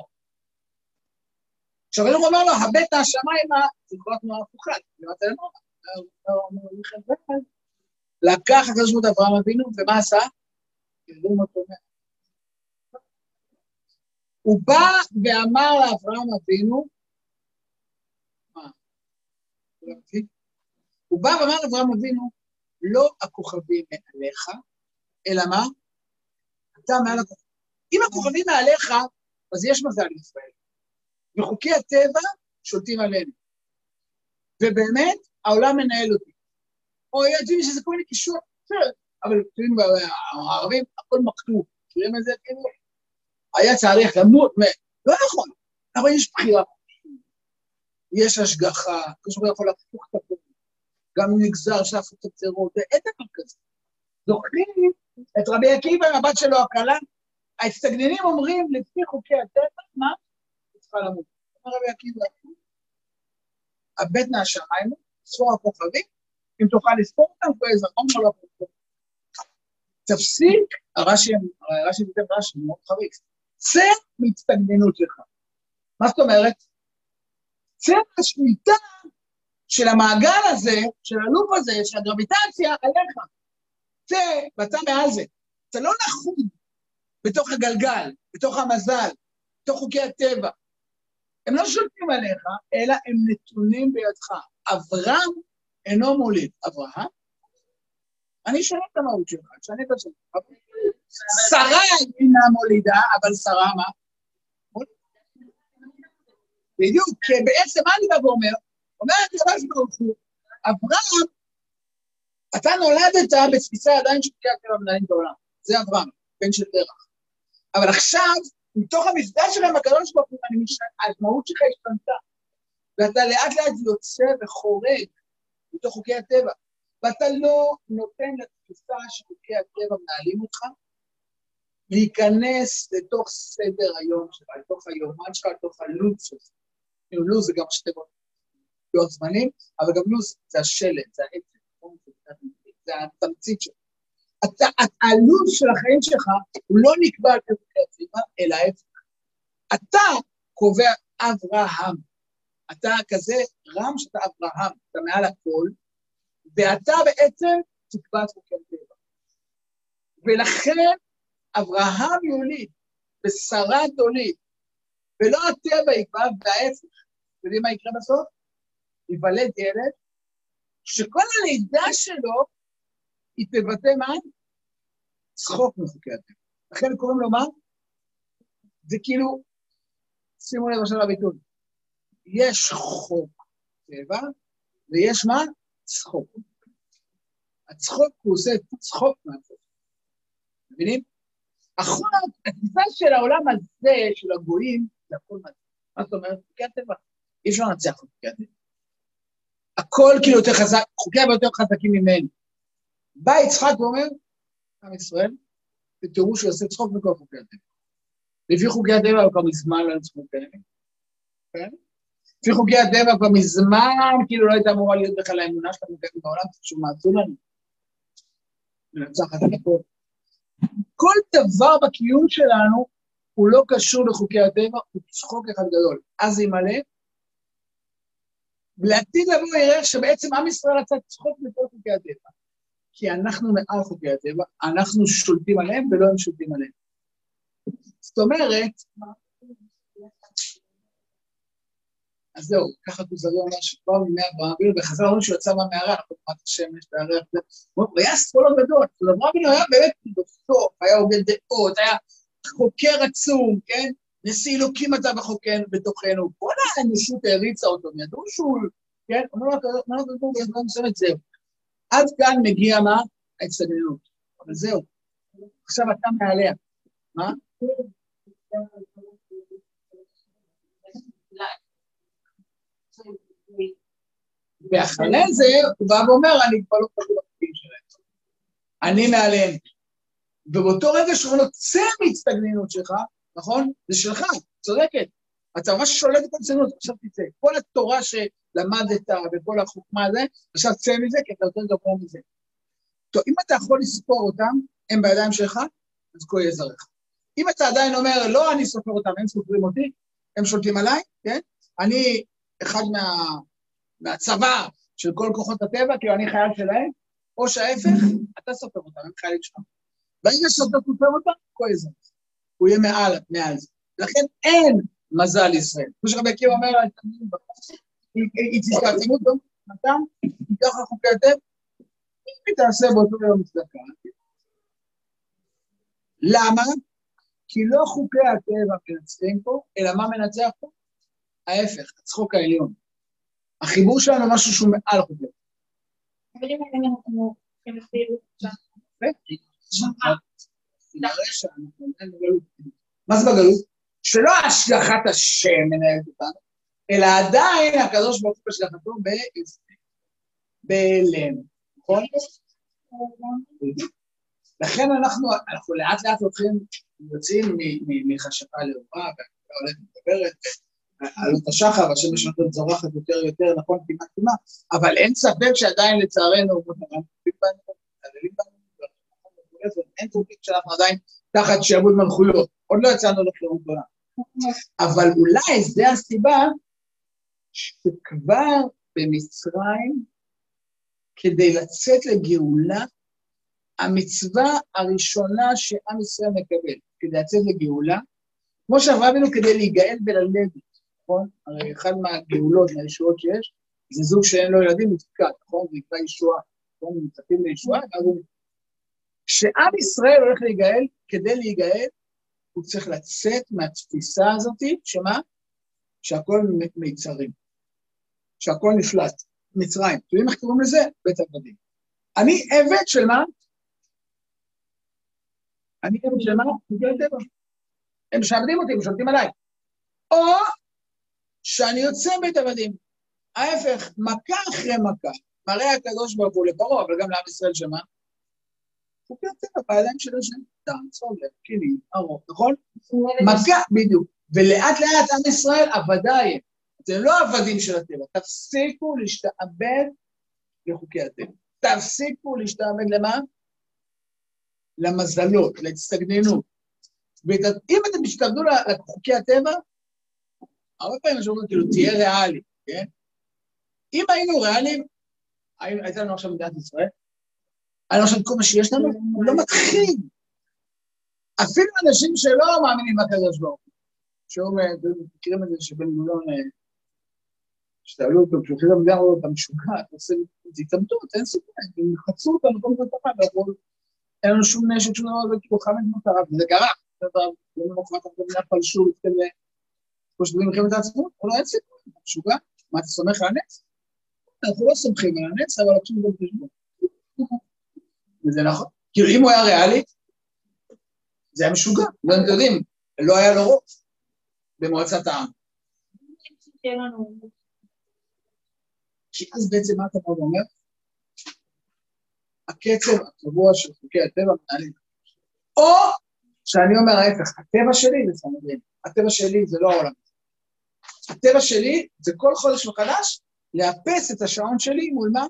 עכשיו הוא אומר לו, הבט נא השמיימה זה כל התנועה הפוכה, למטה למעלה. לקח הקדוש ברוך הוא את אברהם אבינו, ומה עשה? הרדים אותו מאה. הוא בא ואמר לאברהם אבינו, מה? הוא בא ואמר לאברהם אבינו, לא הכוכבים מעליך, אלא מה? אתה מעל הכוכבים. אם הכוכבים מעליך, אז יש מזל לישראל. וחוקי הטבע שולטים עלינו. ובאמת, העולם מנהל אותי. או יודעים שזה כל מיני קישור, אבל הערבים, הכל מכתוב. תראים את זה, כאילו, היה צריך למות, לא נכון, אבל יש בחירה. יש השגחה, כשהוא יכול להפוך את הכל. גם נגזר שהפוך את הצרות, ואין דבר כזה. זוכרים את רבי עקיבא, הבת שלו הקלה, ההסתגננים אומרים, לפי חוקי הטבע, מה? היא צריכה למות. אומר רבי עקיבא, הבט נא השמיים, ספור הכוכבים, אם תוכל לספור אותם, ואיזה חומר לא פחות. תפסיק, הרש"י, הרש"י ביטב רש"י, מאוד חריץ, צא מהצטגננות שלך. מה זאת אומרת? צא מהשליטה של המעגל הזה, של הלופ הזה, של הגרביטציה, עליך. צא, ואתה מעל זה. אתה לא נחוד בתוך הגלגל, בתוך המזל, בתוך חוקי הטבע. הם לא שולטים עליך, אלא הם נתונים בידך. אברהם אינו מוליד. אברהם? אני שואל את המהות שלך, שאני את השאלה. שרה אינה מולידה, אבל שרה מה? בדיוק, כי בעצם מה אני בא ואומר? אומר את הקדוש ברוך הוא, אברהם, אתה נולדת בתפיסה עדיין שחוקי הטבע מנהלים בעולם. זה אברהם, בן של דרך. אבל עכשיו, מתוך המפגש שלך עם הקדוש ברוך הוא, המהות שלך השתנתה. ואתה לאט לאט יוצא וחורג מתוך חוקי הטבע. ואתה לא נותן לתפיסה שחוקי הטבע מנהלים אותך, להיכנס לתוך סדר היום שלך, לתוך היומן שלך, לתוך הלו"ז שלך. לו"ז זה גם שתיבות, לוח זמנים, אבל גם לו"ז זה השלט, זה העצם, זה התמצית שלך. הלו"ז של החיים שלך הוא לא נקבע על חוקי הטבע, אלא ההפך. אתה קובע אברהם. אתה כזה רם שאתה אברהם, אתה מעל הכל, ואתה בעצם תקבע את חוקי הטבע. ולכן אברהם יוליד, ושרה תוליד, ולא הטבע יקבע, וההפך. יודעים מה יקרה בסוף? ייוולד ילד, שכל הלידה שלו היא תבטא מה? צחוק מחוקי הטבע. לכן קוראים לו מה? זה כאילו, שימו לב עכשיו לביטוי, יש חוק טבע, ויש מה? צחוק. הצחוק הוא עושה צחוק מהצחוק. מבינים? החוק, התפיסה של העולם הזה, של הגויים, זה הכל מה? מה זאת אומרת? חוקי הטבע. אי אפשר לנצח חוקי הטבע. הכל כאילו יותר חזק, חוקי הטבע יותר חזקים ממנו. בא יצחק ואומר, עם ישראל, ותראו שהוא עושה צחוק מכל חוקי הטבע. לפי חוקי הטבע הוא כבר מזמן לא נצחוק כאלה. כן? לפי חוקי הטבע כבר מזמן, כאילו לא הייתה אמורה להיות בכלל האמונה שלנו כאלה בעולם, שהוא מעצו לנו. ונצחת את הכל. כל דבר בקיום שלנו, הוא לא קשור לחוקי הטבע, הוא צחוק אחד גדול. אז זה ימלא, ולעתיד לבוא יראה שבעצם עם ישראל רצה צחוק מכל חוקי הטבע. כי אנחנו מעל חוקי הטבע, אנחנו שולטים עליהם ולא הם שולטים עליהם. זאת אומרת, אז זהו, ככה תוזרי אומר שכבר ממאה אברהם אבינו, וחזר לנו שהוא יצא מהמערה, אנחנו תמרת השמש, והריח, הוא היה ספול הגדול, אברהם אבינו היה באמת בסוף, היה עובד דעות, היה חוקר עצום, כן? נשיא אלוקים אתה וחוקר בתוכנו, כל האנושות הריצה אותו, ידעו שהוא, כן? אמרו לו, מה לא כתוב, ידעו מסוים את זהו. עד כאן מגיע מה? ההצטגננות. אבל זהו. עכשיו אתה מעליה. מה? ואחרי זה, הוא בא ואומר, אני כבר לא חושב בחוקים שלהם. אני מעליהם. ובאותו רגע שהוא נוצא מהצטגננות שלך, נכון? זה שלך, צודקת. אתה ממש שולט את הציונות, עכשיו תצא. כל התורה שלמדת וכל החוכמה הזה, עכשיו צא מזה, כי אתה יותר גבוה מזה. טוב, אם אתה יכול לספור אותם, הם בידיים שלך, אז כה יהיה זרעך. אם אתה עדיין אומר, לא, אני סופר אותם, הם סופרים אותי, הם שולטים עליי, כן? אני אחד מה, מהצבא של כל כוחות הטבע, כי אני חייל שלהם, או שההפך, אתה סופר אותם, הם חיילים שלך. ברגע שאתה סופר אותם, כה יהיה זרעך. הוא יהיה מעל, מעל זה. לכן אין מזל ישראל. כמו שרבי עקיבא אומר, היא תזכרתימות, מתן, ייקח החוקי הטבע, אם היא תעשה באותו יום צדקה. למה? כי לא חוקי הטבע מנצחים פה, אלא מה מנצח פה? ההפך, הצחוק העליון. החיבור שלנו משהו שהוא מעל חוקי. אבל אם אנחנו כמסבירים עכשיו. מה זה בגלות? שלא השגחת השם מנהלת אותנו, אלא עדיין הקדוש ברוך הוא השגחתו באלם, נכון? לכן אנחנו, אנחנו לאט לאט הולכים, יוצאים מחשכה לאורה, והקדושה הולכת מדברת, עלות השחר, השמש נותנת זורחת יותר יותר, נכון, כמעט כמעט, אבל אין ספק שעדיין לצערנו, אין ספק שאנחנו עדיין תחת שעבוד מלכויות, עוד לא יצאנו לחירות גדולה. אבל אולי זה הסיבה שכבר במצרים, כדי לצאת לגאולה, המצווה הראשונה שעם ישראל מקבל, כדי לצאת לגאולה, כמו שעברה בנו כדי להיגאל וללדת, נכון? הרי אחד מהגאולות, מהישועות שיש, זה זוג שאין לו ילדים מתפקד, נכון? זה נקרא ישועה, נכון? מצפים לישועה, כשעם ישראל הולך להיגאל, כדי להיגאל, הוא צריך לצאת מהתפיסה הזאת, שמה? שהכל מיצרים, שהכל נפלט, מצרים. אתם יודעים איך קוראים לזה? בית עבדים. אני עבד של מה? אני עבד של מה? הם משעבדים אותי, הם שולטים עליי. או שאני יוצא בית עבדים. ההפך, מכה אחרי מכה, מראה הקדוש ברוך הוא לפרעה, אבל גם לעם ישראל שמה? חוקי הטבע, בידיים של השם, דם, צולב, כלים, ארוך, נכון? מכה, בדיוק. ולאט לאט עם ישראל עבדיי, אתם לא עבדים של הטבע, תפסיקו להשתעבד לחוקי הטבע. תפסיקו להשתעבד למה? למזלות, להצטגננות. ואם אתם משתעבדו לחוקי הטבע, הרבה פעמים שאומרים, כאילו, תהיה ריאלי, כן? אם היינו ריאליים, הייתה לנו עכשיו מדינת ישראל, אני חושב כל מה שיש לנו, הוא לא מתחיל. אפילו אנשים שלא מאמינים בקדוש ברוך הוא, שאומר, מכירים את זה שבן גולון, שתעלו אותו, כשהולכים למדינה, רואים אותם משוגע, זה התאמתות, אין סיכוי, הם חצו אותנו, כל מיני תורה, אין לנו שום נשק, שום דבר, וכאילו חמש מטרה, וזה גרע, זה דבר, לא ממוחרת, המדינה פלשו, וכאלה, כמו שדברים מלחמת העצמאות, אבל אין סיכוי, משוגע, מה אתה סומך על הנץ? אנחנו לא סומכים על הנץ, אבל אנחנו גם חשבון. וזה נכון, כאילו אם הוא היה ריאלי, זה היה משוגע, לא אתם יודעים, לא היה לו רוב במועצת העם. כי אז בעצם מה אתה אומר? הקצב הקבוע של חוקי הטבע מנהלים. או שאני אומר ההפך, הטבע שלי זה סנהדרין, הטבע שלי זה לא העולם. הטבע שלי זה כל חודש מחדש, לאפס את השעון שלי מול מה?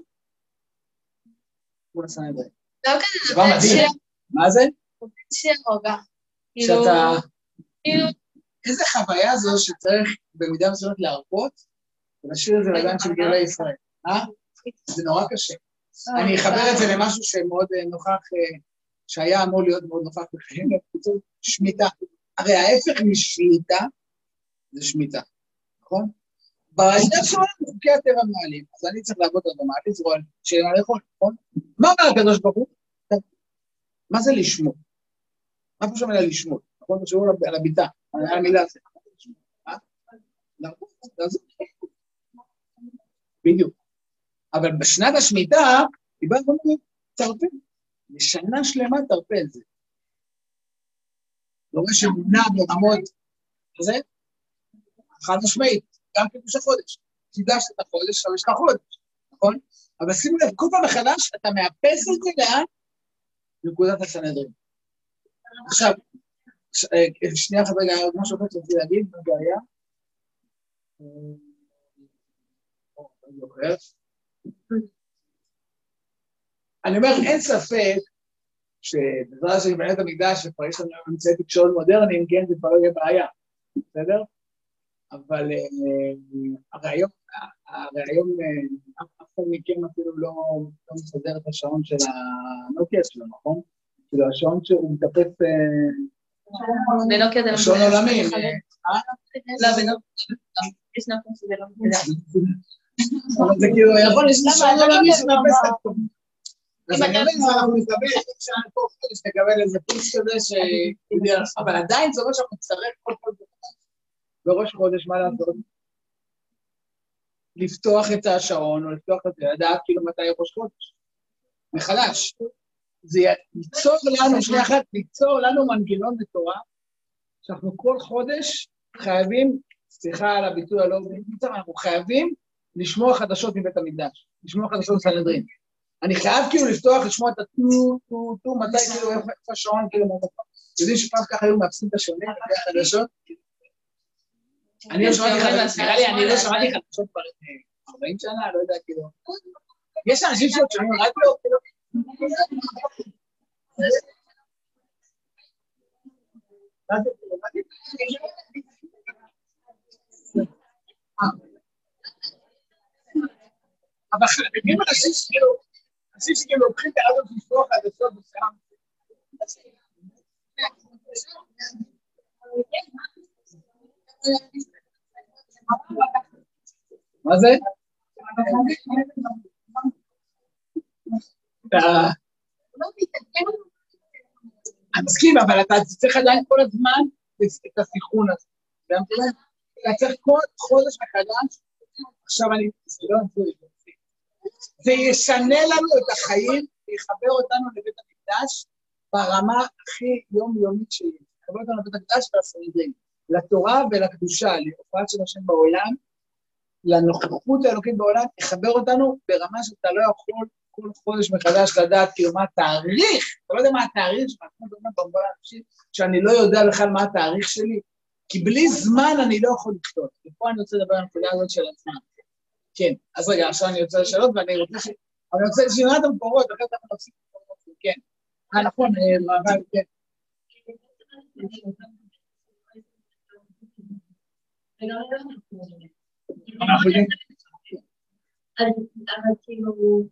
מול הסנהדרין. דבר מדהים. מה זה? שרוגע. שאתה... איזה חוויה זו שצריך במידה מסוימת להרפות, ולהשאיר את זה לגן של גאולי ישראל. אה? זה נורא קשה. אני אחבר את זה למשהו שמאוד נוכח, שהיה אמור להיות מאוד נוכח בחיים, שמיטה. הרי ההפך משליטה זה שמיטה, נכון? ברגע שעולם חוקי הטבע מנהלים, אז אני צריך לעבוד על המעליץ, רואה שאלה לאכול, נכון? מה אומר הקדוש ברוך הוא? מה זה לשמור? מה פה שם אלא לשמור? נכון? תשארו על הביטה, על המילה הזאת. בדיוק. אבל בשנת השמיטה, דיברנו לנו, תרפה. לשנה שלמה תרפה את זה. לא רואה שמונה ברמות, זה? חד משמעית, גם כיבוש החודש. קידשת את החודש, אבל יש לך חודש, נכון? אבל שימו לב, כל פעם מחדש, אתה מאפס את זה לאן? נקודת הסנהדרין. עכשיו, שנייה אחת רגע, מה שופט רציתי להגיד, מה זה היה? אני אומר, אין ספק שבעזרת השם בבית המקדש, שכבר יש לנו אמצעי תקשורת מודרניים, כן, זה כבר לא יהיה בעיה, בסדר? אבל הרעיון, הרעיון, אף אחד מכם אפילו לא מסדר את השעון של הנוקיה שלו, נכון? כאילו השעון שהוא מתאפס... בנוקיה זה לא... שעון עולמי. לא, בנוקיה יש נוקיה שזה לא מסדר. אבל זה כאילו, יכול להיות שעון עולמי שמאפס את הכל. אז אני אומר, אנחנו נקבל, כשאני פה חודש נקבל איזה פוס כזה ש... אבל עדיין זה אומר שאנחנו נצטרך כל חודש. בראש חודש, מה לעשות? לפתוח את השעון, או לפתוח את זה, לדעת כאילו מתי ראש חודש. מחדש. זה ייצור לנו, שנייה אחת, ייצור לנו מנגנון בתורה, שאנחנו כל חודש חייבים, סליחה על הביטוי הלא ביטוי, אנחנו חייבים לשמוע חדשות מבית המקדש, לשמוע חדשות בסנהדרין. אני חייב כאילו לפתוח, לשמוע את הטו, טו, טו, מתי כאילו, איפה השעון, כאילו, מה אתה יודעים שפעם ככה היו מאפסים את השעונים, חדשות? אני לא שמעתי חדשות, נראה לי, אני לא שמעתי חדשות כבר ארבעים שנה, לא יודע, כאילו. יש אנשים שעוד שומעים רדיו, כאילו. אבל חייבים אנשים שכאילו, אנשים שכאילו לוקחים את הרדיו לפתוח חדשות בסעם. מה זה? אני מסכים, אבל אתה צריך עדיין כל הזמן את הסיכון הזה. אתה צריך כל חודש מחדש, עכשיו אני... זה ישנה לנו את החיים, ויחבר אותנו לבית המקדש ברמה הכי יומיומית שיש. יחבר אותנו לבית המקדש והסנהדרין. לתורה ולקדושה, להופעת של השם בעולם, לנוכחות האלוקית בעולם, יחבר אותנו ברמה שאתה לא יכול כל חודש מחדש לדעת כאילו מה התאריך, אתה לא יודע מה התאריך שלך, שאני לא יודע בכלל מה התאריך שלי, כי בלי זמן אני לא יכול לכתוב, ופה אני רוצה לדבר על הנקודה הזאת של הזמן. כן, אז רגע, עכשיו אני רוצה לשאלות, ואני רוצה ש... אבל אני רוצה לשאול את המקורות, אחרי זה אנחנו נפסיק את המקורות, כן. אה, נכון, אבל כן. אבל כאילו,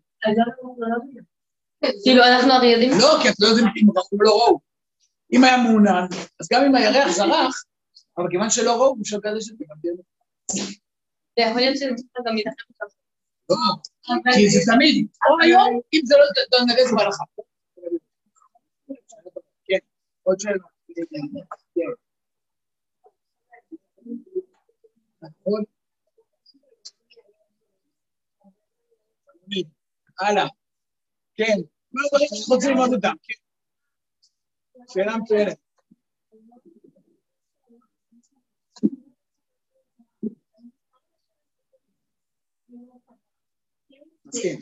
כאילו אנחנו הרי יודעים... לא, כי את לא יודעים אם אנחנו לא ראו. אם היה מעונן, אז גם אם הירח זרח, אבל כיוון שלא ראו, הוא שוקע זה שזה גם תהיה. זה יכול להיות שזה גם מתחת עכשיו. לא, כי זה תמיד. היום, אם זה לא נגד זה בהלכה. כן, עוד שאלה. כן. נכון. הלאה. כן. מה דברים שחוצים ללמוד אותם? שאלה מצוינת. מסכים.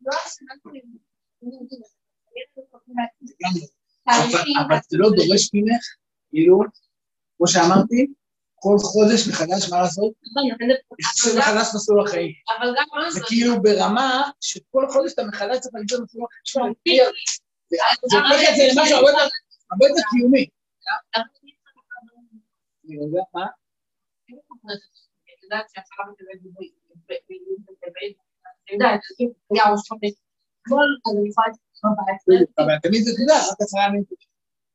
אבל זה לא דורש ממך, כאילו, כמו שאמרתי, כל חודש מחדש מה לעשות? זה מחדש מסלול החיים. זה כאילו ברמה שכל חודש אתה מחדש צריך למצוא מסלול החיים. זה הופך את זה למשהו הרבה יותר קיומי. אני יודע, מה? אני יודעת שהצלחה מתאבד בבית. אני יודעת, אני ארוש חודש. כל הזריפת בבית. אבל תמיד זה תדע, רק עשרה ימים קודם.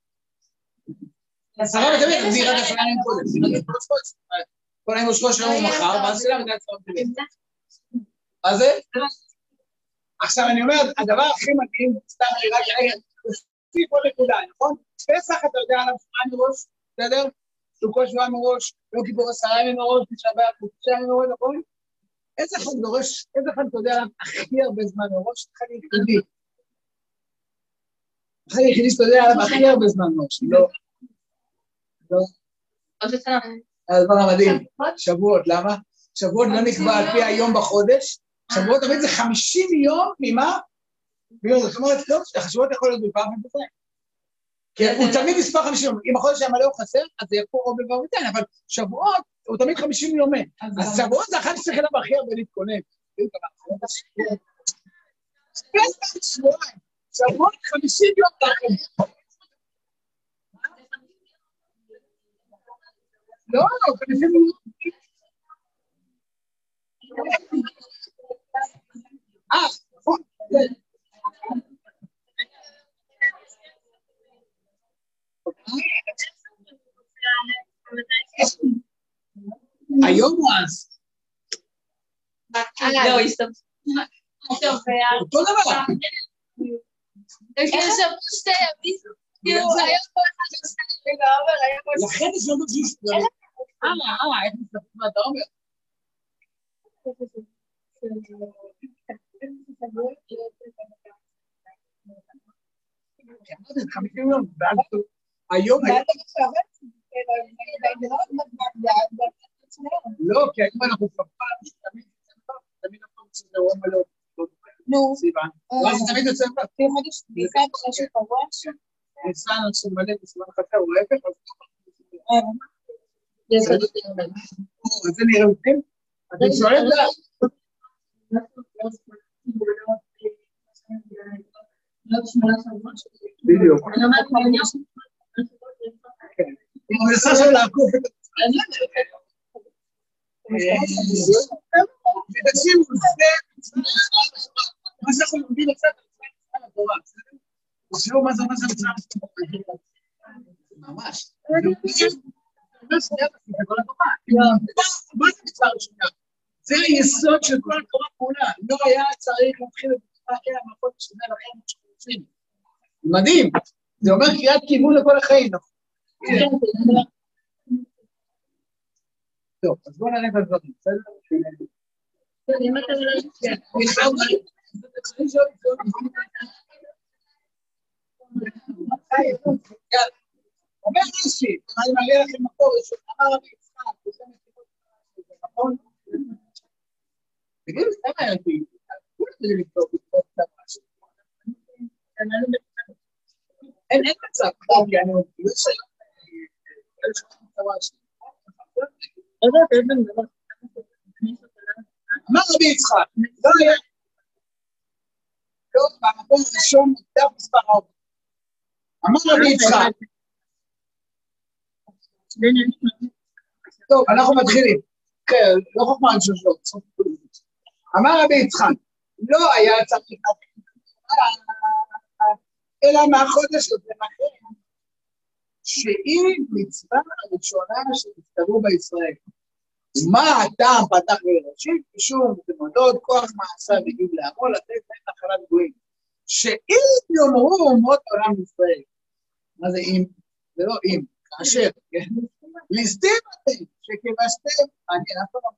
עשרה ותמיד זה רק עשרה ימים קודם. כל היום ראש שלנו מחר, ואז שלה מדי עשרה ותמיד. מה זה? עכשיו אני אומרת, הדבר הכי מדהים, סתם אני רק רגע, תוסיף עוד נקודה, נכון? פסח אתה יודע עליו שבעה מראש, בסדר? סוכות שבעה מראש, יום כיפור עשרה ימים מראש, תשעה באב תשעה ימים מראש, נכון? איזה אחד דורש, איזה אחד אתה יודע עליו הכי הרבה זמן מראש, אחד יחידי. אחד יחידי שאתה יודע עליו הכי הרבה זמן מראש, לא. לא. הדבר המדהים, שבועות, למה? שבועות לא נקבע על פי היום בחודש, שבועות תמיד זה חמישים יום ממה? זאת אומרת, לא, השבועות יכול להיות בפעם ובזה. כן, הוא תמיד מספר חמישים יום, אם החודש המלא הוא חסר, אז זה יפה או בבריטניה, אבל שבועות הוא תמיד חמישים יומן. אז שבועות זה אחת שצריך אליו הכי הרבה להתכונן. שבועות חמישים יום לכם. לא, חמישים יום. אה, נכון. היום הוא אז. לא, הסתובב. אותו דבר. יש שם שתי ימים. כאילו, היום פה אחד שעושה רגע עומר, היה פה... לכן יש לנו שיש... אה, אה, איך מסתכל מה אתה אומר? חמישים יום, ואז היום... לא, כי היום אנחנו פפן, תמיד תמיד אנחנו צריכים לראות מלא. נו. סיבה. ואז תמיד יוצא פעם. כי חודש ניסן חשוב פרוע שם. ניסן עשו מלא בסימן חצר, הוא ההפך, אז... אז זה נראה אותם? אתה שואל לה? בדיוק. היא מנסה שם לעקוף את זה. ותקשיבו, מה שאנחנו לומדים לצאת על התורה, תקשיבו מה זה מה זה מצב ממש. מה זה מצווה ראשונה? זה היסוד של כל התורה כולה. לא היה צריך להתחיל את התורה אלא מהחודש שזה לכם שחושבים. מדהים. זה אומר קריאת כיוון לכל החיים. טוב, אז בואו נראה את הדברים. בסדר? אם אתה לא... אומר רש"י, אני מראה לכם מקור ראשון, אמר רבי יצחק, נכון? תגידו, סתם היה אותי, כולם צריכים לכתוב, לכתוב את הרש"י. אין, אין מצב, כי אני עוד לא שלום, אני שומע את הרש"י. אמר רבי יצחק, לא היה, לא, במקום ראשון, דף מספר ארבע. אמר רבי יצחק, טוב, אנחנו מתחילים. כן, לא חוכמה על שלושות. אמר רבי יצחק, לא היה צריך אלא מהחודש הזה לכם, שהיא מצווה הראשונה שנכתבו בישראל. מה הטעם פתח בראשית? משום תמודות, כוח מעשה וגיב לעמו, לתת להם נחלת גויים. שאם יאמרו אומות עולם ישראל, מה זה אם? זה לא אם, כאשר, כן? ליסטים אתם שכבשתם, אני אף פעם.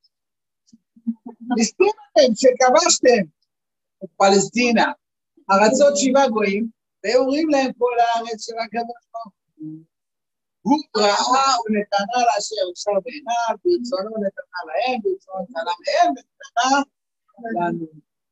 ליסטים אתם שכבשתם את פלסטינה, ארצות שבעה גויים, ואומרים להם כל הארץ של הקדוש ברוך הוא. הוא ראה ונתנה לאשר אפשר בעיניו, ברצונו נתנה להם, ברצונו נתנה להם, ונתנה לנו.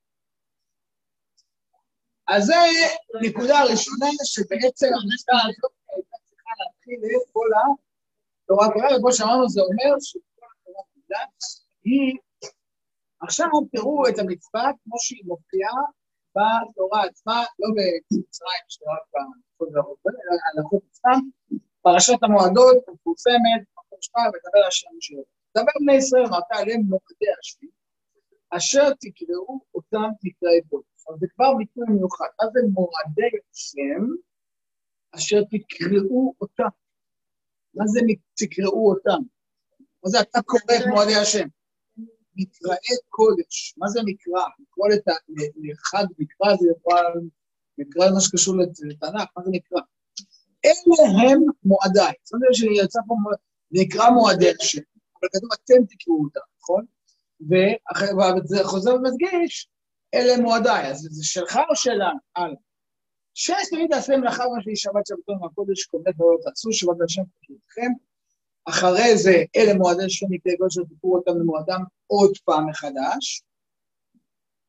אז זה נקודה ראשונה שבעצם המשקע הזאת הייתה צריכה להתחיל את כל התורה כולה, וכמו שאמרנו זה אומר שכל התורה כולה היא, עכשיו תראו את המצווה כמו שהיא מופיעה בתורה עצמה, לא במצרים שרק בהלכות עצמם, פרשת המועדות מפורסמת, מפורשמה ודבר השם שלו. דבר בני ישראל אמרת עליהם מוקדי השם, אשר תקראו אותם תקראי בו. אז זה כבר ביטוי מיוחד. אז זה מועדי השם, אשר תקראו אותם. מה זה תקראו אותם? מה זה אתה קורא את מועדי השם? מקראי קודש. מה זה מקרא? לקרוא לאחד מקרא, זה מקרא מה שקשור לתנ"ך, מה זה מקרא? אלה הם מועדיי. זאת אומרת שיצא פה נקרא מועדי השם, אבל כתוב אתם תקראו אותם, נכון? וזה חוזר ומדגיש, אלה מועדיי, אז זה שלך או שלנו? הלאה. שש תמיד תעשה מלאכה מה שהיא שבת שבתון מהקודש, קומט ולא תעשו, שבת השם תקראותכם. אחרי זה, אלה מועדי שם מקראי קודש, תקראו אותם למועדם עוד פעם מחדש.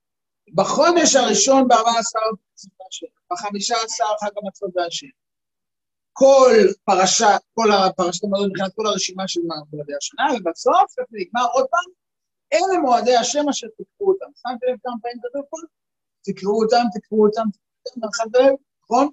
בחודש הראשון, ב-ארבע עשרה, בחמישה עשר, חג המצות והשם. כל פרשה, כל הפרשת המועדים, מבחינת כל הרשימה של מועדי השנה, ובסוף, זה נגמר עוד פעם, אלה מועדי השם אשר תקראו אותם. שמתם לב כמה פעמים כתוב פה? תקראו אותם, תקראו אותם, תקראו אותם, שמתם לב, נכון?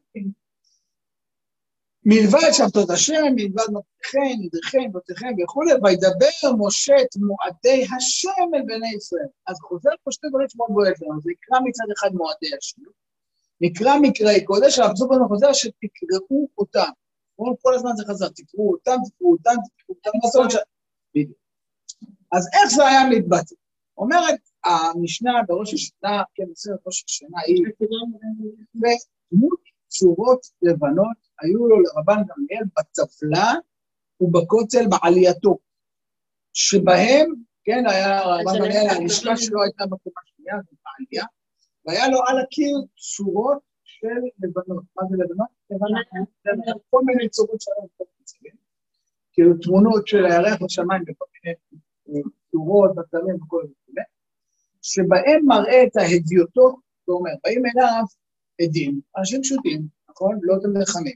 מלבד שבתות השם, מלבד מותיכם, נדריכם, בותיכם וכו', וידבר משה את מועדי השם אל בני ישראל. אז חוזר פה שתי דברים שמאוד בועט לנו, זה נקרא מצד אחד מועדי השם, נקרא מקראי קודש, אבל הפסוק הזה חוזר שתקראו אותם. כל הזמן זה חזר, תקראו אותם, תקראו אותם, תקראו אותם, מה זאת אומרת ש... בדיוק. אז איך זה היה מתבטא? אומרת המשנה בראש השנה, כן, בסרט ראש השנה, היא... ודמות צורות לבנות היו לו לרבן גמליאל בטבלה ובכותל בעלייתו, שבהם, כן, היה רבן גמליאל, הלשכה שלו הייתה בקומה שנייה, בעלייה, והיה לו על הקיר צורות של לבנות. מה זה לבנות? לבנות. כל מיני צורות של לבנות. כאילו תמונות של הירח לשמיים בכל מיני צורות, בצלם וכל מיני, שבהם מראה את ההדיוטות, זאת אומרת, באים אליו עדים, אנשים פשוטים, נכון? לא אתם לחמים.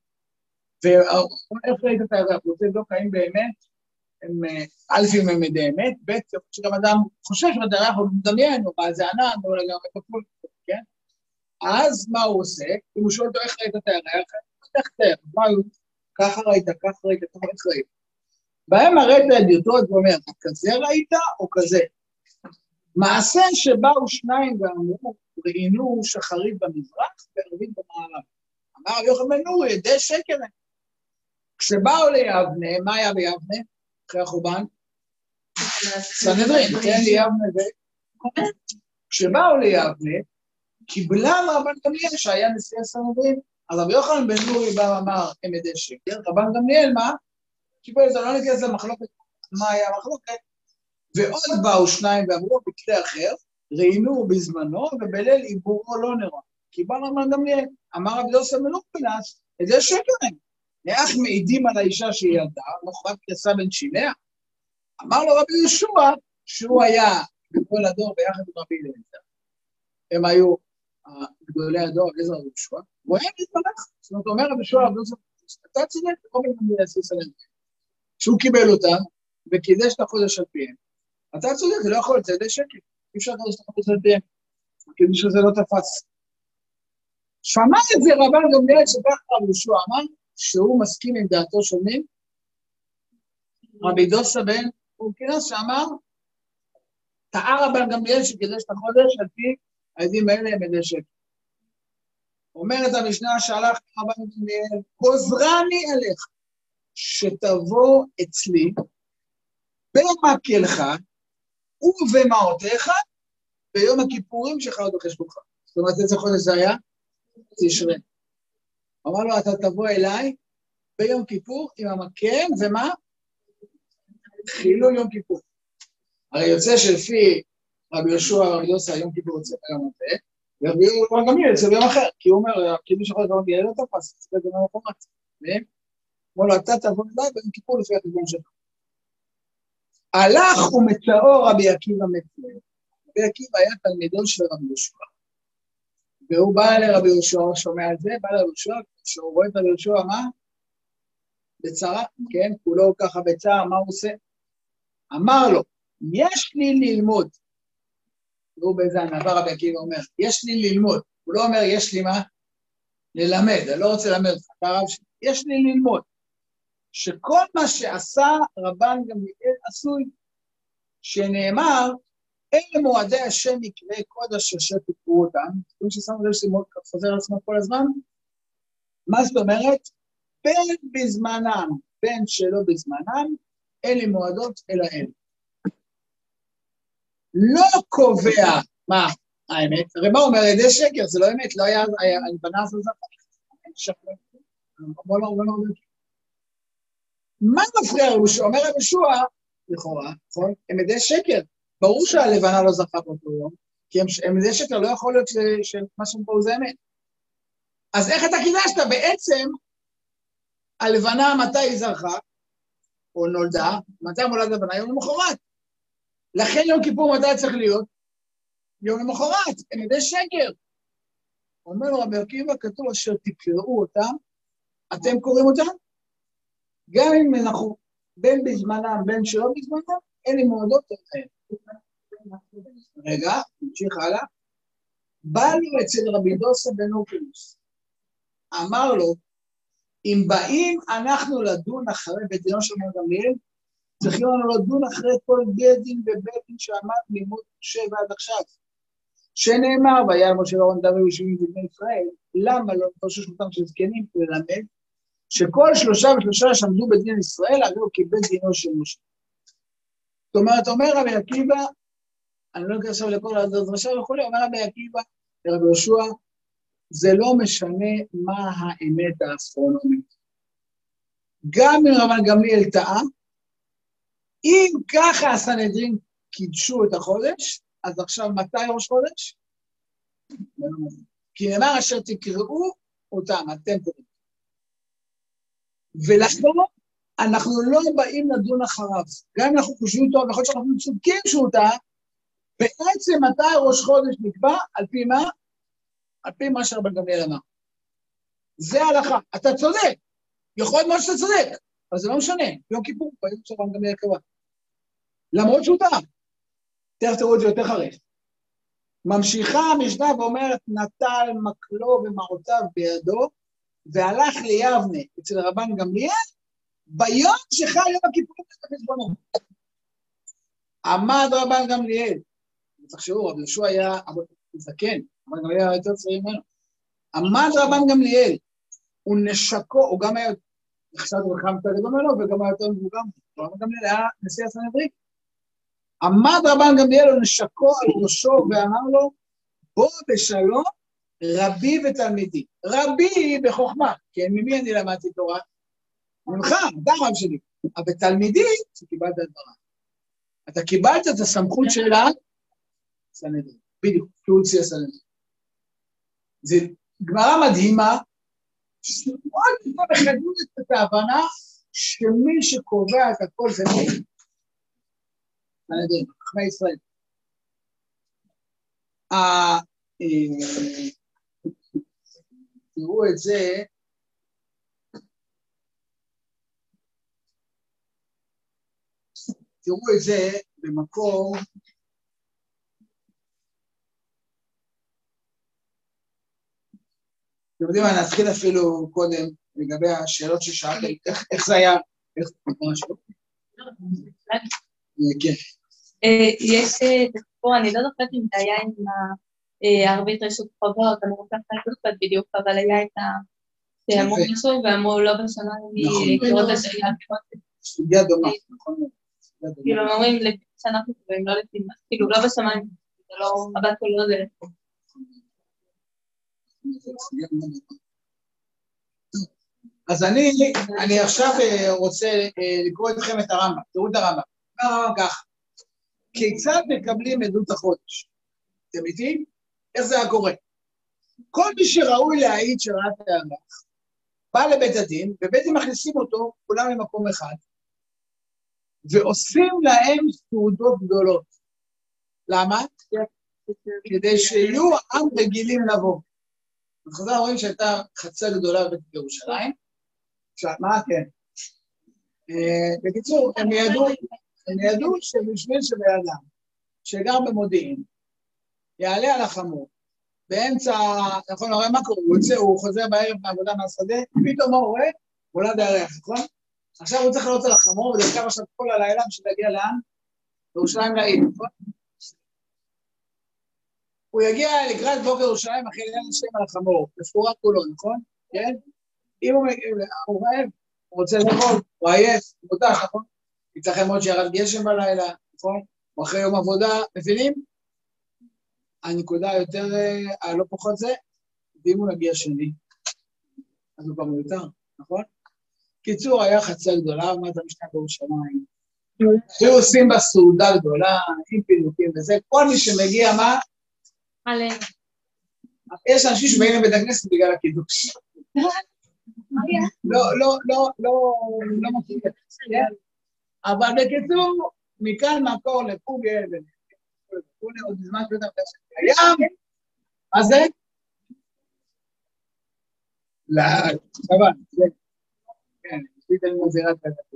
ואיך ראית את הירח? רוצה לא קיים באמת, הם א' אם הם מדי אמת, ב' שגם אדם חושב שאת הירח הוא מדמיין, או מה זה ענן, או גם בפול, כן? אז מה הוא עושה? אם הוא שואל אותו איך ראית את הירח, איך תאר, מה הוא? ככה ראית, ככה ראית, ככה איך ראית. בהם מראה את העדיותות ואומר, כזה ראית או כזה? מעשה שבאו שניים ואמרו, ראינו שחרית במזרח וערבית במערב. אמר רבי יוחנן בן נורי, ידי שקר. כשבאו ליבנה, מה היה ביבנה? אחרי החורבן? סנהדרין, כן, ליבנה ו... כשבאו ליבנה, קיבלה רבן גמליאל שהיה נשיא הסנהדרין, אז רבי יוחנן בן נורי בא ואמר, הם ידי שקר, רבן גמליאל מה? קיבל את זה, לא ניכנס למחלוקת, מה היה המחלוקת? ועוד באו שניים ואמרו בכלי אחר, ראינו בזמנו, ובליל עיבורו לא נראה. קיבל רבן גמליאל, אמר רבי יוסף בן לופינס, את זה שקרים. איך מעידים על האישה שהיא ילדה, מוחרת כסה בן שיניה? אמר לו רבי יהושע, שהוא היה בכל הדור ביחד עם רבי אליעזר. הם היו גדולי הדור, אליעזר ויהושע, והוא היה מתמלך. זאת אומרת, אומר רבי יהושע, אתה צודק, רבי גמליאל עשה להם. שהוא קיבל אותם, וקידש את החודש על פיהם. אתה צודק, זה לא יכול להיות, זה די שקל. אי אפשר לקדש את החודש על פיהם. כדי שזה לא תפס. שמע את זה רבן גמליאל שכך רבי יהושע אמר, שהוא מסכים עם דעתו של מי? רבי דוסה בן אורקינוס שאמר, טעה רבן גמליאל שקידש את החודש על פי העדים האלה הם ידי שקל. אומרת המשנה שהלך רבן גמליאל, גוזרני עליך, שתבוא אצלי במקלך ובמעותיך ביום הכיפורים שלך עוד בחשבונך. זאת אומרת, איזה חודש זה היה? תשרי. אמר לו, אתה תבוא אליי ביום כיפור עם המקל, ומה? חילול יום כיפור. הרי יוצא שלפי רבי יהושע ורבי יוסי, יום כיפור יוצא ביום הזה, ורבי גמליאל יוצא ביום אחר, כי הוא אומר, כאילו שחוד גמליאל לא תפס, זה ביום המחרת. אמר לו, אתה תבוא אליי ביום כיפור לפי החשבון שלך. הלך ומצאו רבי עקיבא מצוין. רבי עקיבא היה תלמידו של רבי יהושע. והוא בא לרבי יהושע, שומע את זה, בא לרבי יהושע, כשהוא רואה את רבי יהושע, מה? בצרה, כן? כולו ככה בצער, מה הוא עושה? אמר לו, יש לי ללמוד. והוא באיזה ענווה רבי עקיבא אומר, יש לי ללמוד. הוא לא אומר, יש לי מה? ללמד, אני לא רוצה ללמד, יש לי ללמוד. שכל מה שעשה רבן גמליאל עשוי, שנאמר, אלה מועדי השם יקראי קודש אשר תקראו אותם, כמו ששמו לב שזה חוזר על עצמו כל הזמן, מה זאת אומרת? בין בזמנם, בין שלא בזמנם, אלה מועדות אל האל. לא קובע, מה האמת? הרי מה אומר? ידי שקר, זה לא אמת, לא היה, הלבנה הזו זכה. בוא לא, בוא לא, מה מפריע יהושע? אומר יהושע, לכאורה, נכון? הם ידי שקר. ברור שהלבנה לא זכה באותו יום, כי הם ידי שקר לא יכול להיות שמה שהם פה זה אמת. אז איך אתה קידשת? בעצם, הלבנה מתי היא זרחה, או נולדה, מתי מולד לבנה? יום למחרת. לכן יום כיפור מתי צריך להיות? יום למחרת, הם ידי שקר. אומר לו רבי עקיבא, כתוב אשר תקראו אותם, אתם קוראים אותה? גם אם אנחנו בין בזמנם, בין שלא בזמנם, אין לי מועדות אתכם. רגע, נמשיך הלאה. בא לו אצל רבי דוסה בן אורקנוס. אמר לו, אם באים אנחנו לדון אחרי בית דינו של רבן גמליאל, צריכים לנו לדון אחרי כל בית דין ובית דין שעמד ממות משה ועד עכשיו. שנאמר, והיה משה ואהרון דוד יושבים בבני ישראל, למה לא פרשו שלושתם של זקנים ללמד, שכל שלושה ושלושה שעמדו בדין ישראל, הרי הוא כבית דינו של משה. זאת אומרת, אומר רבי עקיבא, אני לא אקרא עכשיו לכל הדרשה וכולי, אומר רבי עקיבא, לרבי יהושע, זה לא משנה מה האמת האסטרונומית. גם אם רבן גמליאל טעה, אם ככה הסנהדרין קידשו את החודש, אז עכשיו מתי ראש חודש? כי נאמר אשר תקראו אותם, אתם קוראים. ולכן אנחנו לא באים לדון אחריו. גם אם אנחנו חושבים טוב, יכול להיות שאנחנו צודקים שהוא טעה, בעצם מתי ראש חודש נקבע? על פי מה? על פי מה שרבן גמליאל אמר. זה ההלכה. אתה צודק. יכול להיות מה שאתה צודק, אבל זה לא משנה. יום כיפור, ביום שרבן גמליאל קבע. למרות שהוא טעה. תכף תראו את זה יותר חריף. ממשיכה המשנה ואומרת, נטל מקלו ומעותיו בידו, והלך ליבנה אצל רבן גמליאל, ביום שחל יום הכיפורים בחשבונו. עמד רבן גמליאל, תחשבו, רבי יהושע היה זקן, רבן גמליאל היה יותר צעיר ממנו. עמד רבן גמליאל, הוא נשקו, הוא גם היה נחשב רחם יותר גדול ממנו, וגם היה יותר מבוגר. רבן גמליאל היה נשיא הסנהדרין. עמד רבן גמליאל, הוא נשקו על ראשו ואמר לו, בוא בשלום רבי ותלמידי. רבי בחוכמה, כן, ממי אני למדתי תורה? ממך, אתה רב שלי. אבל בתלמידי, שקיבלת את דברה. אתה קיבלת את הסמכות שלה, סנהדרין, בדיוק, כי הוא הוציא הסנהדרין. זו גמרא מדהימה, שמאוד מחדדת את ההבנה, שמי שקובע את הכל זה מי. סנהדרין, חכמי ישראל. תראו את זה, תראו את זה במקום, אתם יודעים מה, נתחיל אפילו קודם לגבי השאלות ששאלת, איך, איך זה היה, איך זה משהו? כן. יש סיפור, אני לא זוכרת אם זה היה עם הערבית רשות חובות, אני רוצה לקחת בדיוק, אבל היה את ה... שאמרו משהו, ואמרו לא בשנה, אני קוראת לשאלה. סוגיה דומה, נכון? כאילו, אומרים לפי שאנחנו קוראים, לא לפי מה, כאילו, לא בשמיים, זה לא, הבת כל לא זה. אז אני, אני עכשיו רוצה לקרוא אתכם את הרמב"ם, תראו את הרמב"ם. הרמב"ם ככה, כיצד מקבלים עדות החודש? אתם איתי? איך זה היה קורה? כל מי שראוי להעיד שראה את הירח, בא לבית הדין, ובית הדין מכניסים אותו, כולם למקום אחד, ועושים להם סעודות גדולות. למה? כדי שיהיו עם רגילים לבוא. בחז"ל רואים שהייתה חצר גדולה בבית ירושלים, עכשיו, מה כן? בקיצור, הם ידעו, הם ידעו שבשביל שבאדם, שגר במודיעין, יעלה על החמור, באמצע, נכון, הרי מה קורה? הוא יוצא, הוא חוזר בערב מהעבודה מהשדה, פתאום מה הוא רואה? מולד הירח, נכון? עכשיו הוא צריך לעלות על החמור, ודרכב עכשיו כל הלילה בשביל להגיע לאן? לירושלים לעיר, נכון? הוא יגיע לקראת בוקר ירושלים אחרי לילה שלם על החמור, לפורק כולו, נכון? כן? אם הוא רעב, הוא רוצה לאכול, הוא עייף, הוא מותח, נכון? יצטרכם עוד שירד גשם בלילה, נכון? או אחרי יום עבודה, מבינים? הנקודה היותר, הלא פחות זה, ואם הוא נגיע שני, אז הוא כבר מיותר, נכון? קיצור, היה חצר גדולה, מה אתה משנה בירושלים? היו עושים בה סעודה גדולה, עם פינוקים וזה, כל מי שמגיע, מה? עליהם. יש אנשים שבאים לבית הכנסת בגלל הקידוש. לא, לא, לא, לא, לא מכיר. אבל בקיצור, מכאן מקור לפוגל, וכולי עוד בזמן שאתה קיים, מה זה? לא, סבבה, כן, עשית לי מזירת כתוב.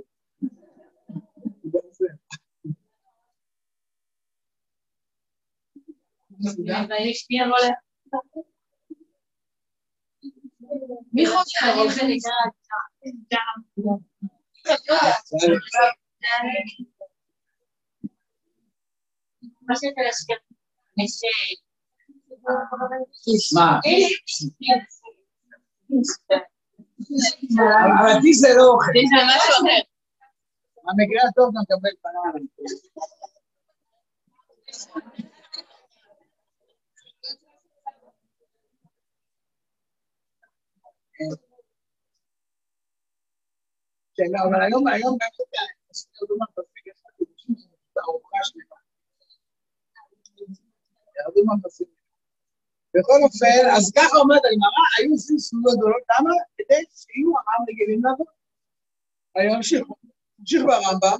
מי חושב? מה שאתה להשקיע? מה? אבל עדי זה לא אוכל. זה משהו אחר. המקרה הטוב גם מקבל פנן. כן, אבל היום, היום גם את ירדו מהפסק, יש את הארוחה שלמה. ירדו מהפסק. בכל אופן, אז ככה אומרת הגמרא, היו עושים סעודות גדולות, למה? כדי שיהיו העם רגילים לעבוד. אני ממשיך, ממשיך ברמב"ם.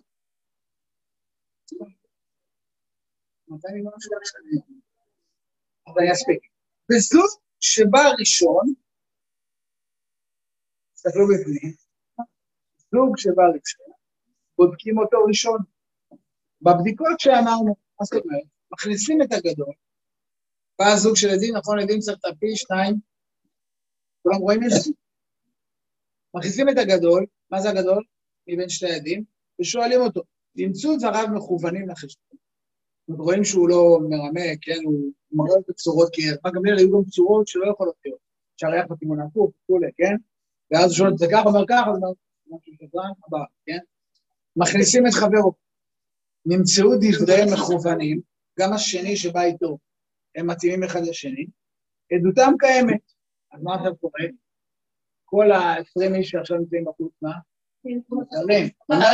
מתי אני ממשיך לשני? אז אני אספיק. בזוג שבא ראשון, תסתכלו בפנים, זוג שבא ראשון, בודקים אותו ראשון. בבדיקות שאמרנו, מה זאת אומרת? מכניסים את הגדול, בא זוג של עדים, נכון, עדים צריך תפי, שניים, כולם רואים את זה? מכניסים את הגדול, מה זה הגדול? מבין שתי עדים, ושואלים אותו, נמצאו דבריו מכוונים לחשבון. רואים שהוא לא מרמה, כן, הוא מראה את הצורות, כי מה גם לילה היו גם צורות שלא יכולות להיות, שהריח בתימון העקוף, כולי, כן? ואז הוא שואל את זה ככה, אומר ככה, אז משהו שזרן, הבא, כן? מכניסים את חברו, נמצאו דבריהם מכוונים, גם השני שבא איתו, הם מתאימים אחד לשני, עדותם קיימת. אז מה עכשיו קורה? כל ה-עשרים איש שעכשיו נמצאים בחוץ, מה? מתארים.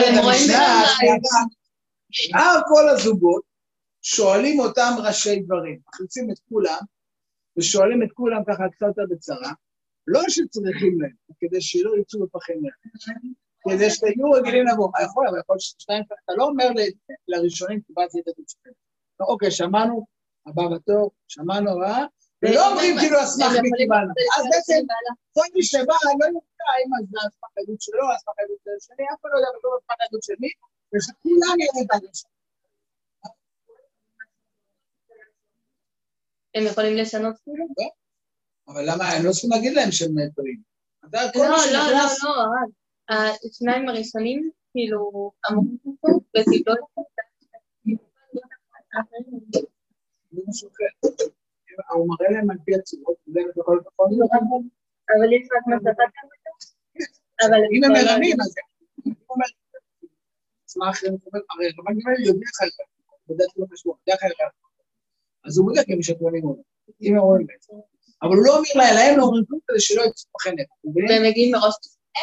שאר כל הזוגות שואלים אותם ראשי דברים, מכניסים את כולם, ושואלים את כולם ככה קצת יותר בצרה, לא שצריכים להם, כדי שלא יצאו בפחים להם, כדי שתהיו רגילים לבוא. יכול, אבל יכול שתיים, אתה לא אומר לראשונים, קיבלתי את הדוד שלהם. אוקיי, שמענו, הבא בתור, שמענו, אה? ולא אומרים כאילו אסמך מי קיבלנו. אז בעצם, כל מי שבא, לא יודע אם זה אסמך עדות שלו, אסמך עדות שלי, אף אחד לא יודע בתור אסמך עדות של מי, ושכולם יראה את הדשא. הם יכולים לשנות כאילו? אבל למה, הם לא צריכים להגיד להם שהם טועים. לא, לא, לא, לא, השניים הראשונים, כאילו, אמרו אותו, וסידות זה משהו אחר. הוא מראה להם על פי הצורות, זה יכול להיות נכון? אבל יש רק מצטת כזה? אם הם מרמים, אז הוא אומר, עצמה אחרת, הרי רבן גמליאל יודע לך את זה, בדעת לא קשור, יודע לך את זה. אז הוא בודק אם יש הכוונים או לא, אם הם רואים בעצם. אבל הוא לא אומר להם, להם לא אומרים כלום כדי שלא יצאו בחנק. והם מגיעים מראש.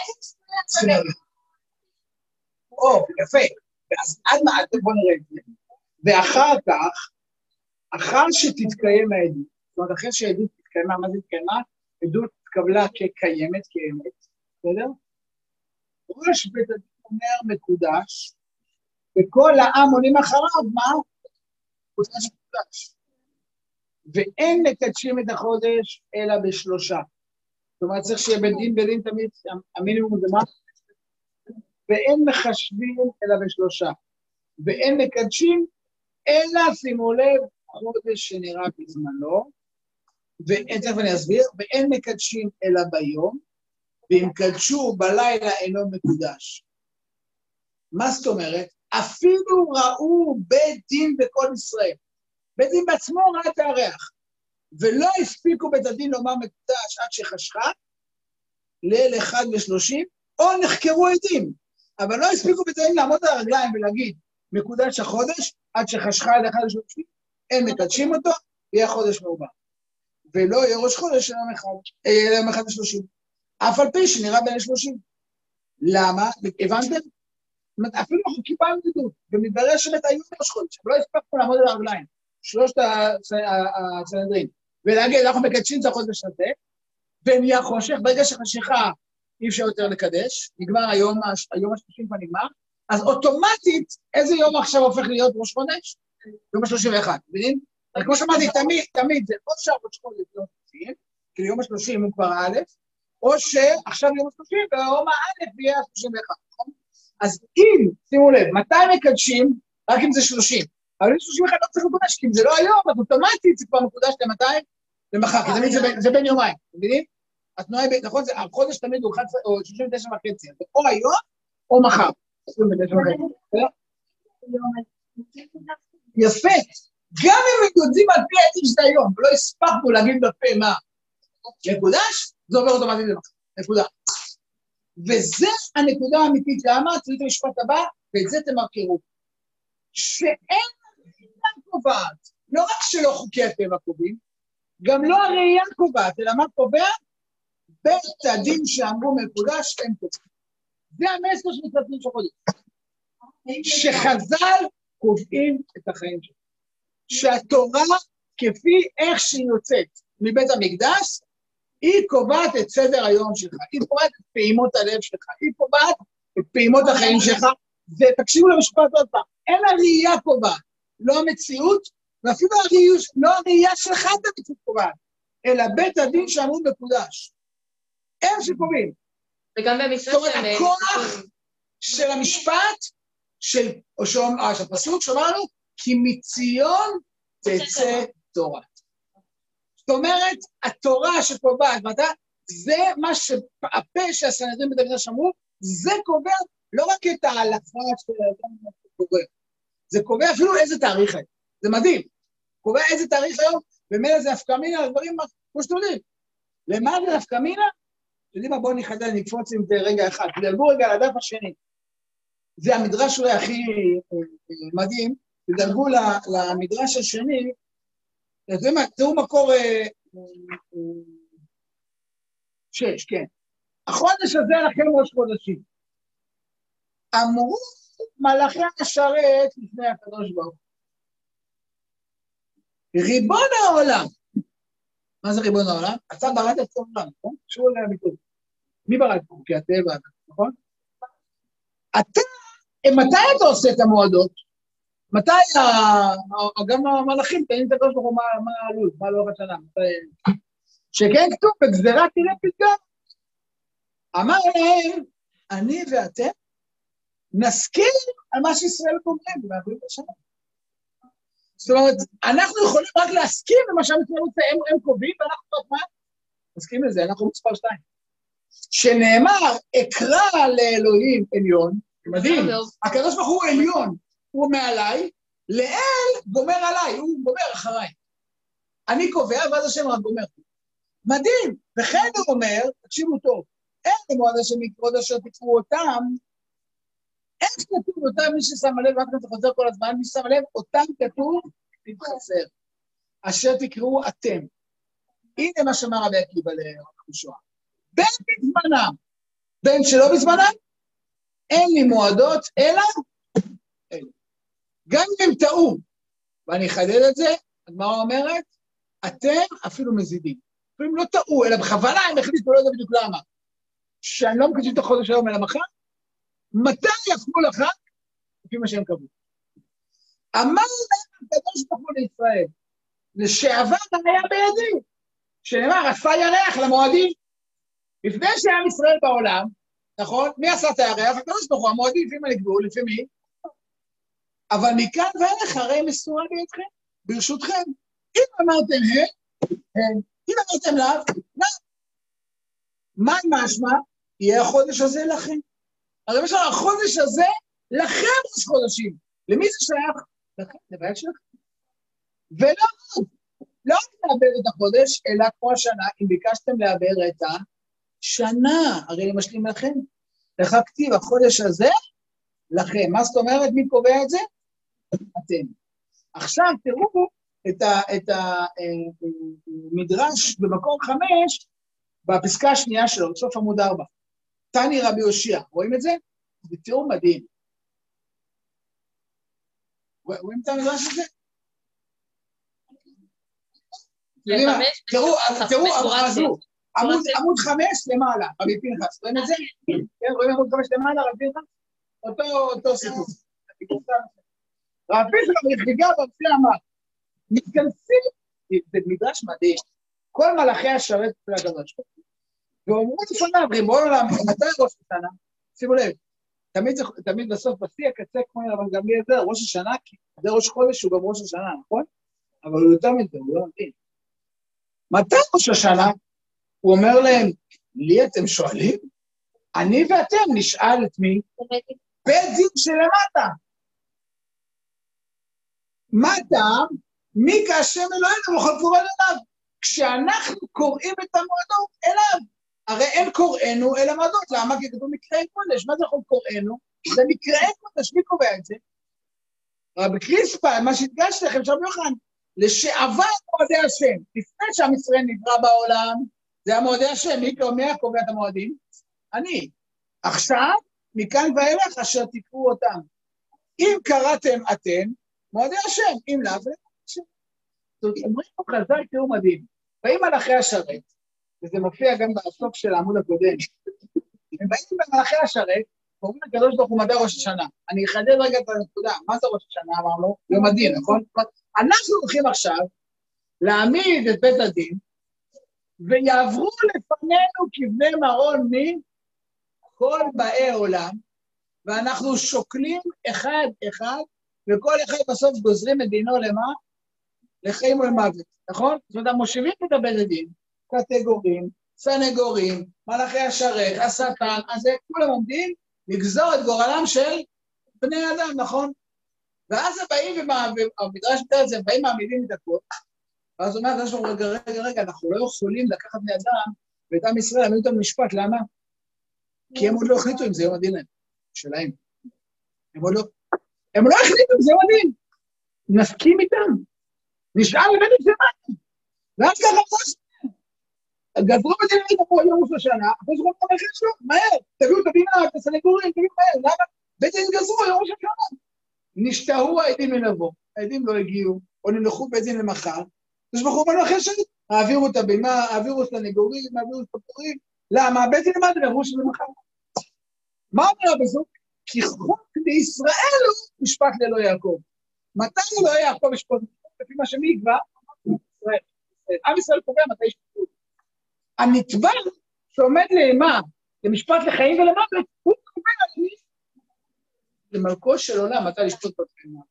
או, יפה. ואז עד מה, בוא נראה את זה. ואחר כך, אחר שתתקיים העדות, זאת אומרת, אחרי שהעדות תתקיימה, מה זה תתקיימה? עדות תקבלה כקיימת, כאמת, בסדר? ראש בית הדין אומר מקודש, וכל העם עונים אחריו, מה? קודש מקודש. ואין מקדשים את החודש, אלא בשלושה. זאת אומרת, צריך שיהיה בית דין, בית דין תמיד, המינימום זה מה? ואין מחשבים, אלא בשלושה. ואין מקדשים, אלא, שימו לב, חודש שנראה בזמנו, ותכף אני אסביר, ואין מקדשים אלא ביום, ואם קדשו בלילה אינו מקודש. מה זאת אומרת? אפילו ראו בית דין בכל ישראל. בית דין בעצמו ראה את הירח, ולא הספיקו בית הדין לומר מקודש עד שחשכה, ליל אחד ושלושים, או נחקרו עדים, אבל לא הספיקו בית הדין לעמוד על הרגליים ולהגיד, מקודש החודש, עד שחשכה ליל אחד ושלושים, הם מקדשים אותו, יהיה חודש מעובר. ולא יהיה ראש חודש יום אחד, יום אחד ושלושים. אף על פי שנראה בין שלושים. למה? הבנתם? אפילו אנחנו קיבלנו עדות, ומתברר שבאמת היו ראש חודש, אבל לא הספקנו לעמוד על הרגליים, שלושת הסנהדרין, ולהגיד, אנחנו מקדשים את החודש הזה, ונהיה חושך, ברגע שחשיכה אי אפשר יותר לקדש, נגמר היום, היום השלושים כבר נגמר, אז אוטומטית, איזה יום עכשיו הופך להיות ראש חודש? יום השלושים ואחת, מבינים? אז כמו שאמרתי, תמיד, תמיד, זה עוד שער ראש חודש לא עושים, כי יום השלושים הוא כבר א', או שעכשיו יום שלושים, והיום א' יהיה שלושים ואחת, נכון? אז אם, שימו לב, מתי מקדשים, רק אם זה שלושים, אבל אם שלושים ואחת לא צריך לקודש, כי אם זה לא היום, אז אוטומטית זה כבר מקודש למתי? למחר, כי תמיד זה בין יומיים, מבינים? התנועה, נכון, החודש תמיד הוא שלושים ותשע וחצי, זה או היום או מחר. יפה, גם אם הם יודעים על פי העתיד שזה היום, ולא הספקנו להגיד בפה מה מקודש, זה עובר אוטומטית למחר, נקודה. וזה הנקודה האמיתית, למה? תראו את המשפט הבא, ואת זה תמרכרו. שאין הראייה קובעת, לא רק שלא חוקי הטבע קובעים, גם לא הראייה קובעת, אלא מה קובע? בית הדין שאמרו מקודש, אין קובע. זה המסר של מצטטים של חודש. שחז"ל קובעים את החיים שלנו. שהתורה, כפי איך שהיא יוצאת מבית המקדש, היא קובעת את סדר היום שלך, היא קובעת את פעימות הלב שלך, היא קובעת את פעימות החיים שלך, ותקשיבו למשפט עוד פעם, אין הראייה קובעת, לא המציאות, ואפילו הראייה, לא הראייה שלך את המציאות קובעת, אלא בית הדין שאמרו מקודש. הם שקובעים. וגם במשפט של... זאת אומרת, הכוח של המשפט, של, או שהפסוק שאמרנו, כי מציון תצא תורה. זאת אומרת, התורה שקובעת, זה מה שהפה שהסנהדרין בית המקדש אמרו, זה קובע לא רק את ההלכה של האדם שקובע, זה קובע אפילו איזה תאריך היום, זה מדהים, קובע איזה תאריך היום, ומילא זה נפקא מינה, הדברים כמו שאתם יודעים. למה זה נפקא מינה? אתם יודעים מה, בואו נחדד, נקפוץ עם זה רגע אחד, תדלגו רגע על הדף השני. זה המדרש אולי הכי מדהים, תדלגו למדרש השני, אתם יודעים מה, תראו מקור שש, כן. החודש הזה לכם ראש חודשים. אמרו מלאכי השרת לפני הקדוש ברוך הוא. ריבון העולם. מה זה ריבון העולם? אתה בראת את העולם, נכון? קשור אליה ביטוי. מי ברא את חוקי הטבע, נכון? אתה, מתי אתה עושה את המועדות? מתי, גם המלאכים, תהיים את הקדוש ברוך הוא, מה העלות, מה לא השנה? שכן כתוב, בגזרה תראה פתגה. אמר להם, אני ואתם נסכים על מה שישראל קוראים, ואנחנו את השנה. זאת אומרת, אנחנו יכולים רק להסכים למה שהמצרים רוצה, הם, הם קובעים, ואנחנו עוד מה? נסכים לזה, אנחנו מספר שתיים. שנאמר, אקרא לאלוהים עליון, מדהים, הקדוש ברוך הוא עליון, הוא מעליי, לאל גומר עליי, הוא גומר אחריי. אני קובע, ואז השם רק גומר. מדהים, וכן הוא אומר, תקשיבו טוב, אין למועד השם מקרוד אשר תקראו אותם, איך כתוב אותם מי ששם הלב, רק אתה חוזר כל הזמן, מי ששם הלב, אותם כתוב, תתחסר. אשר תקראו אתם. הנה מה שאמר רבי עקיבא ליהושע. בין בזמנם, בין שלא בזמנם, אין לי מועדות, אלא, אלא. גם אם הם טעו, ואני אחדד את זה, הגמרא אומרת, אתם אפילו מזידים. אפילו לא טעו, אלא בכוונה הם החליטו, לא יודע בדיוק למה. שאני לא מקדשים את החודש היום אלא מחר, מתי יפנו לך? לפי מה שהם קבעו. אמר להם הקדוש ברוך הוא לישראל, לשעבר היה בידי, שנאמר, עשה ירח למועדים. לפני שעם ישראל בעולם, נכון? מי עשה את הירח? הקדוש ברוך הוא, המועדים, לפי מה נקבעו, לפי מי? אבל מכאן ואילך הרי מסורה בידכם, ברשותכם. אם אמרתם הם, הם. אם אמרתם לאו, לא. מה משמע? יהיה החודש הזה לכם. הרי משל החודש הזה, לכם יש חודשים. למי זה שייך? לכם, לבית שלכם. ולא עוד, לא רק לעבר את החודש, אלא כמו השנה, אם ביקשתם לעבר את השנה, הרי אני משלים לכם. לך כתיב, החודש הזה, לכם. מה זאת אומרת? מי קובע את זה? אתם. עכשיו תראו את המדרש במקור חמש, בפסקה השנייה שלו, בסוף עמוד ארבע. תני רבי יושיע, רואים את זה? זה תיאור מדהים. רואים את המדרש הזה? תראו, תראו, עמוד חמש למעלה, רבי פנחס, רואים את זה? רואים עמוד חמש למעלה, רבי פנחס? אותו סיפור. רבי פנחס רחיגה ברפי אמר, מתכנסים, זה מדרש מדהים, כל מלאכי השרת של הקדוש ברוך הוא, ואומרו לפניו, ריבון עולם, מתי ראש השנה? שימו לב, תמיד, תמיד בסוף בשיא הקצה, כמו אבל גם לי את זה, ראש השנה, כי זה ראש חודש, הוא גם ראש השנה, נכון? אבל הוא יותר מזה, הוא לא מבין. מתי ראש השנה? הוא אומר להם, לי אתם שואלים? אני ואתם נשאל את מי? בית דין שלמטה. מה טעם? מי כאשם אלוהינו וכל קורא אליו? כשאנחנו קוראים את המועדות אליו, הרי אין קוראינו אל המועדות, למה? כי כתוב מקראי קודש, מה זה יכול קוראינו? זה מקראי קודש, מי קובע את זה? רבי קריספא, מה שהדגשתי לכם, שם יוחנן, לשעבר מועדי השם, לפני שעם ישראל נברא בעולם, זה המועדי השם, מי קובע את המועדים? אני. עכשיו, מכאן ואילך אשר תקראו אותם. אם קראתם אתם, מועדי השם, אם לאו, זה השם. זאת אומרת, אומרים פה חז"ל, תראו מדהים. באים מלאכי השרת, וזה מופיע גם בסוף של העמוד הקודם, הם באים במלאכי השרת, ואומרים לקדוש ברוך הוא מדי ראש השנה. אני אחדד רגע את הנקודה, מה זה ראש השנה, אמרנו? יום הדין, נכון? אנחנו הולכים עכשיו להעמיד את בית הדין, ויעברו לפנינו כבני מרון מי? כל באי עולם, ואנחנו שוקלים אחד אחד, וכל אחד בסוף גוזרים את דינו למה? לחיים ולמוות, נכון? זאת אומרת, המושיבים את הבית הדין, קטגורים, סנגורים, מלאכי השרת, השטן, אז זה כולם עומדים לגזור את גורלם של בני אדם, נכון? ואז הם באים, והמדרש מתאר את זה, הם באים מעמידים את הכל, ואז הוא אומר, רגע, רגע, רגע, אנחנו לא יכולים לקחת בני אדם, ואת עם ישראל, להעמיד אותם במשפט, למה? כי הם עוד לא החליטו אם זה יום הדין שלהם. הם עוד לא, הם לא החליטו אם זה יום הדין. נסכים איתם. נשאל לבית את זה מה? ואז ככה ראש, גזרו בדין את פה יום ראש השנה, אחרי שרוב המחיר שלו, מהר, תביאו את הבינה, את הסנגורים, תביאו מהר, למה? בית דין גזרו יום ראש השנה. נשתהו העדים מנבוא, העדים לא הגיעו, או נמלכו בית דין למחר, יש בחור מלאכי שני, העבירו את הבינה, העבירו את הסנגורים, העבירו את הפורים, למה? בית דין למד ואמרו שזה מחר. מה אומר בזאת? כי חוק בישראל הוא משפט לאלוהי יעקב. מתי אלוהי יעקב משפט? לפי מה שמי יקבע? ישראל. עם ישראל קובע מתי ישפטו. הנתבע שעומד לאמה, למשפט לחיים ולמוות, הוא קובע על מי? למלכו של עולם, מתי לשפוט בתחילה.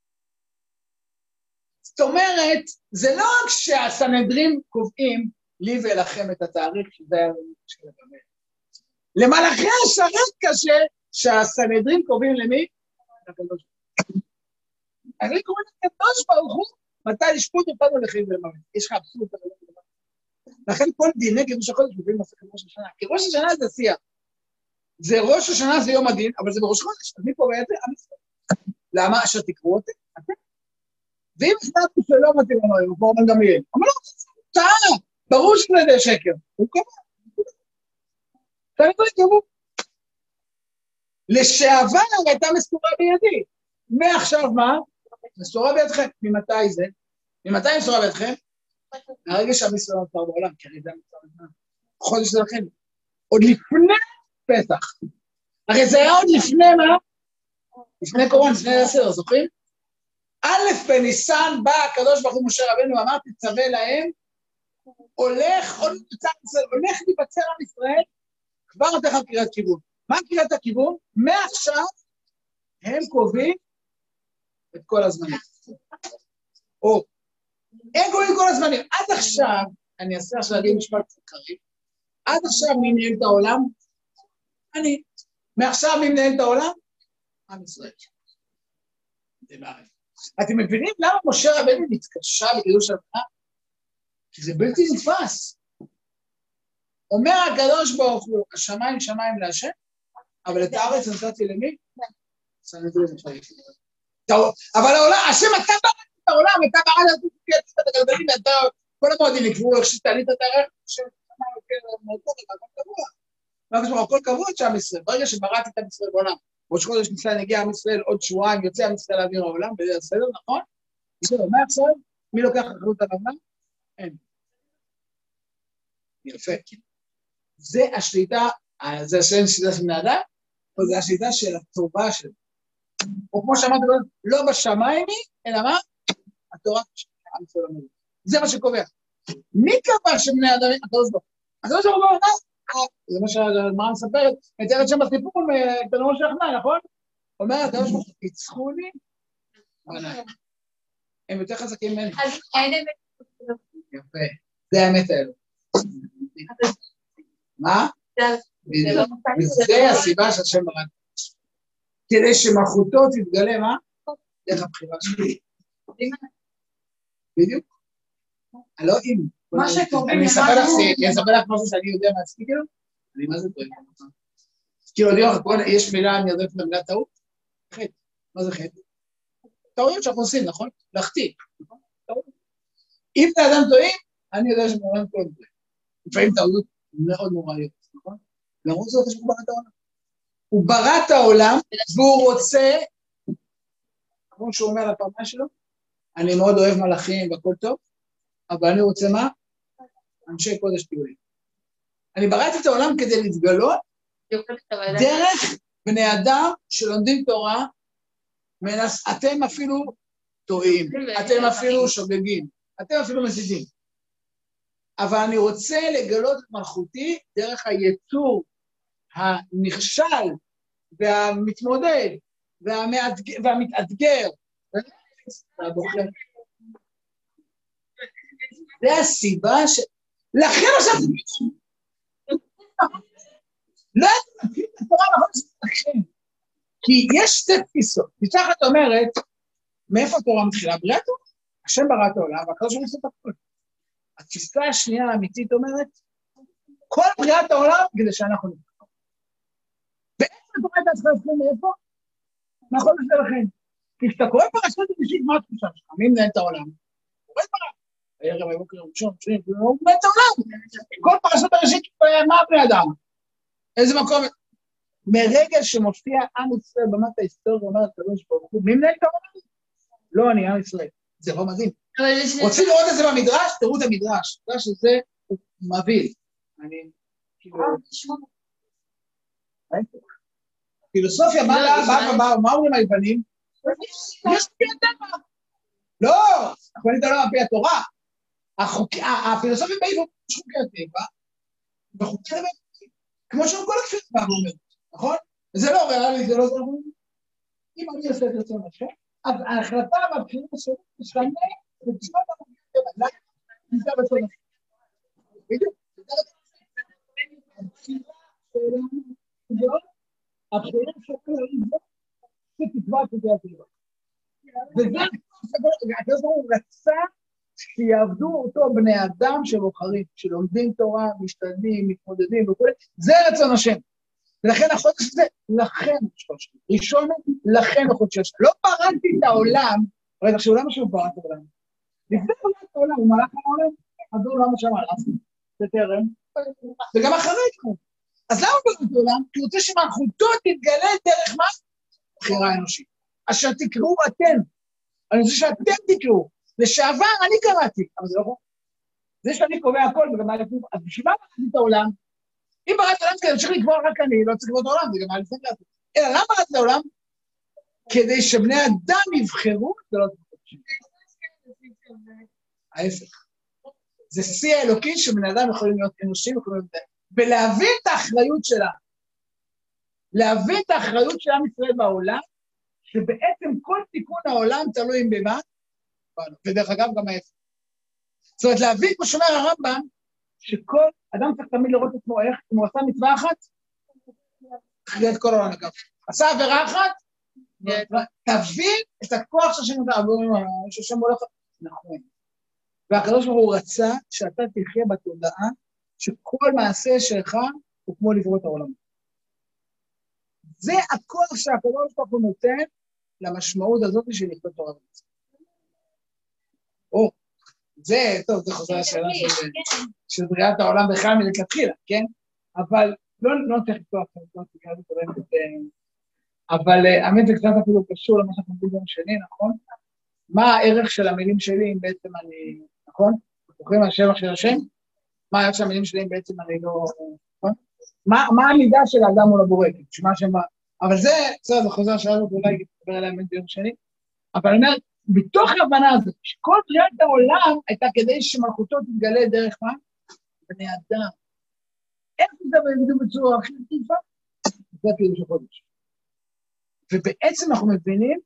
זאת אומרת, זה לא רק שהסנהדרין קובעים לי ולכם את התאריך, שזה היה של הגמל. למלאכי השרת קשה שהסנהדרין קובעים למי? לקדוש. אני קורא לקדוש ברוך הוא, מתי לשפוט אותנו לחיים ולמוות. יש לך אבסורד. לכן כל דיני קידוש החודש מביאים מסכת ראש השנה. כי ראש השנה זה שיח. זה ראש השנה, זה יום הדין, אבל זה בראש חודש. אז מי קורא את זה? עם ישראל. למה? אשר תקראו אותי? אתם. ואם החלטנו שלא מתאים לנו, הוא כבר אומר גם יהיה. אבל לא, טעה, ברור שזה שקר. הוא קורא. תראי תראו. לשעבר הייתה מסורה בידי. מעכשיו מה? מסורה בידכם. ממתי זה? ממתי מסורה בידכם? הרגע שהמסורה נותר בעולם, כי הרי זה המסורה. חודש שלכם. עוד לפני פסח. הרי זה היה עוד לפני מה? לפני קורבן, לפני הסדר, זוכרים? א' בניסן בא הקדוש ברוך הוא משה רבנו, אמרתי, צווה להם, הולך, הולך לבצר עם ישראל, כבר נותן לך קריאת כיוון. מה קריאת הכיוון? מעכשיו הם קובעים את כל הזמנים. או, הם קובעים כל הזמנים. עד עכשיו, אני אעשה עכשיו להגיד משפט קצרי, עד עכשיו מי מנהל את העולם? אני. מעכשיו מי מנהל את העולם? עם ישראל. זה בעיה. אתם מבינים למה משה רבנו מתקשה בקידוש התורה? כי זה בלתי נתפס. אומר הקדוש ברוך הוא, השמיים שמיים להשם, אבל את הארץ נתתי למי? סנהדרין נתתי. אבל העולם, השם אתה בראת את העולם, אתה בראת את הגלגלים, אתה כל המועדים יקבעו איך שתעלית את הערך, השם הכל קבוע את שעם ישראל. ברגע שבראתי את עם ישראל בעולם, ראש חודש ניסן הגיע עם ישראל, עוד שבועיים יוצא עם ישראל לאוויר העולם, וזה הסדר, נכון? בסדר, מה עכשיו? מי לוקח אחריות על העולם? אין. יפה. זה השליטה, זה השליטה של בני אדם, או זה השליטה של הטובה שלו. או כמו שאמרתי, לא בשמיים היא, אלא מה? התורה של עם ישראל. זה מה שקובע. מי קבע שבני אדם, הקדוש ברוך הוא? הקדוש ברוך הוא אומר, זה מה שהגמרא מספרת, מתארת שם בסיפור תלמוד של חנן, נכון? אומר, הקדוש ברוך הוא, ניצחוני בניי. הם יותר חזקים ממני. אז אין אמת. יפה, זה האמת האלו. מה? וזה הסיבה שהשם ברא. כדי שמלכותו תתגלה, מה? דרך הבחירה שלי. בדיוק. לא אם. מה שקוראים אני אספר לך, אני אספר לך משהו שאני יודע מעצמי, כאילו? אני מה זה טועה? כאילו, יש מילה, אני יודעת את המילה טעות? חטא. מה זה חטא? טעויות שאנחנו עושים, נכון? להחטיא. אם זה אדם טועים, אני יודע שמורן טועים. לפעמים טעויות מאוד נוראיות, נכון? למרות זאת, יש הוא ברא את העולם. הוא ברא את העולם, והוא רוצה, כמו שהוא אומר לפרמה שלו, אני מאוד אוהב מלאכים והכל טוב, אבל אני רוצה מה? אנשי קודש תהיו. אני בראתי את העולם כדי להתגלות דרך בני אדם שלומדים תורה, אתם אפילו טועים, אתם אפילו שוגגים, אתם אפילו מסיתים. אבל אני רוצה לגלות את מלכותי דרך היצור הנכשל והמתמודד והמתאתגר. זה הסיבה ש... לכן עכשיו... לא יודעת, התורה נכון לכם. כי יש שתי תפיסות. תפיסת אומרת, מאיפה התורה מתחילה? בריאת העולם. השם ברא את העולם, והקדוש ברוך הוא עושה את הכל. התפיסה השנייה האמיתית אומרת, כל בריאת העולם כדי שאנחנו נתחיל. בעצם התורה הייתה צריכה להתחיל מאיפה? נכון לזה לכם. כי כשאתה קורא פרשת בראשית, מה התחושה שלך? מי מנהל את העולם? קורא פרשת. הערב, הבוקר, ראשון, שני, הוא מנהל את העולם. כל פרשת בראשית, מה בני אדם? איזה מקום? מרגע שמופיע עם ישראל במת ההיסטוריה, אומר הקדוש ברוך הוא, מי מנהל את העולם? לא אני, עם ישראל. זה לא מדהים. רוצים לראות את זה במדרש? תראו את המדרש. המדרש הזה הוא מביא. אני, כאילו... פילוסופיה, מה אומרים היוונים? יש פי הטבע. לא, אנחנו נדע לא על-פי התורה. הפילוסופיה בעברית יש חוקי הטבע, וחוקי הטבע, כמו שהוא כל הכפיר פעם אומר, נכון? וזה לא ריאלי, זה לא זה, אם אני עושה את רצון השם, אז ההחלטה והבחירה שלי תשתנה, ותשמע את החוקי הטבע, למה? זה רצון השם. בדיוק, זה רצון השם. הבחירה שלנו, הבחירה שלנו, שתקבע את חוקי הטבע. וזה, הקדוש ברוך הוא רצה שיעבדו אותו בני אדם שבוחרים, שלומדים תורה, משתדלים, מתמודדים וכו', זה רצון השם. ולכן החודש הזה, לכן חודש. ראשון, לכן החודש הזה. לא פרדתי את העולם, ראית עכשיו, למה שהוא פרד את העולם? לפני פרד את העולם, הוא מלך העולם, אז הוא לא משמע עליו, זה תרם, וגם אחרי תחום. אז למה פרד את העולם? כי הוא רוצה שמלכותו תתגלה דרך מה? בחירה אנושית. אשר תקראו אתם, אני רוצה שאתם תקראו, לשעבר אני קראתי, אבל זה לא חוק. זה שאני קובע הכל, וגם היה לפני, אז בשביל מה בראתי את העולם? אם בראתי את העולם, כדי להמשיך לקבוע רק אני, לא צריך לקבוע את העולם, זה גם היה לפני קראתי. אלא למה בראתי את העולם? כדי שבני אדם יבחרו, זה לא תקבוע. ההפך. זה שיא האלוקי שבני אדם יכולים להיות אנושים, יכולים להיות דרך. ולהבין את האחריות שלה. להבין את האחריות של עם ישראל בעולם, שבעצם כל תיקון העולם תלוי במה, ודרך אגב גם ההפך. זאת אומרת, להבין כמו שאומר הרמב"ם, שכל אדם צריך תמיד לראות את עצמו איך, אם הוא עשה מצווה אחת, תחילה את כל העולם אגב. עשה עבירה אחת, תבין את הכוח שהשם נתן, שהשם הולך, נכון. והקדוש ברוך הוא רצה שאתה תחיה בתודעה, שכל מעשה שלך הוא כמו לברוא את העולם. זה הכוח שהקדוש ברוך הוא נותן למשמעות הזאת של לכתוב תורה ומצוות. או, זה, טוב, זה חוזר השאלה של בריאת העולם בכלל מלכתחילה, כן? אבל לא צריך לפתוח, אבל האמת זה קצת אפילו קשור למה שאנחנו מדברים ביום שני, נכון? מה הערך של המילים שלי אם בעצם אני, נכון? זוכרים על השבח של השם? מה הערך של המילים שלי אם בעצם אני לא, נכון? מה המידה של האדם מול הבורא? תשמע שמה, אבל זה, בסדר, זה חוזר השאלה הזאת, אולי נדבר עליה ביום שני, אבל אני אומר, בתוך ההבנה הזאת, שכל בריאת העולם הייתה כדי שמלכותו תתגלה דרך מה? בני אדם. איך זה בצורה הכי טובה? זה קידוש החודש. ובעצם אנחנו מבינים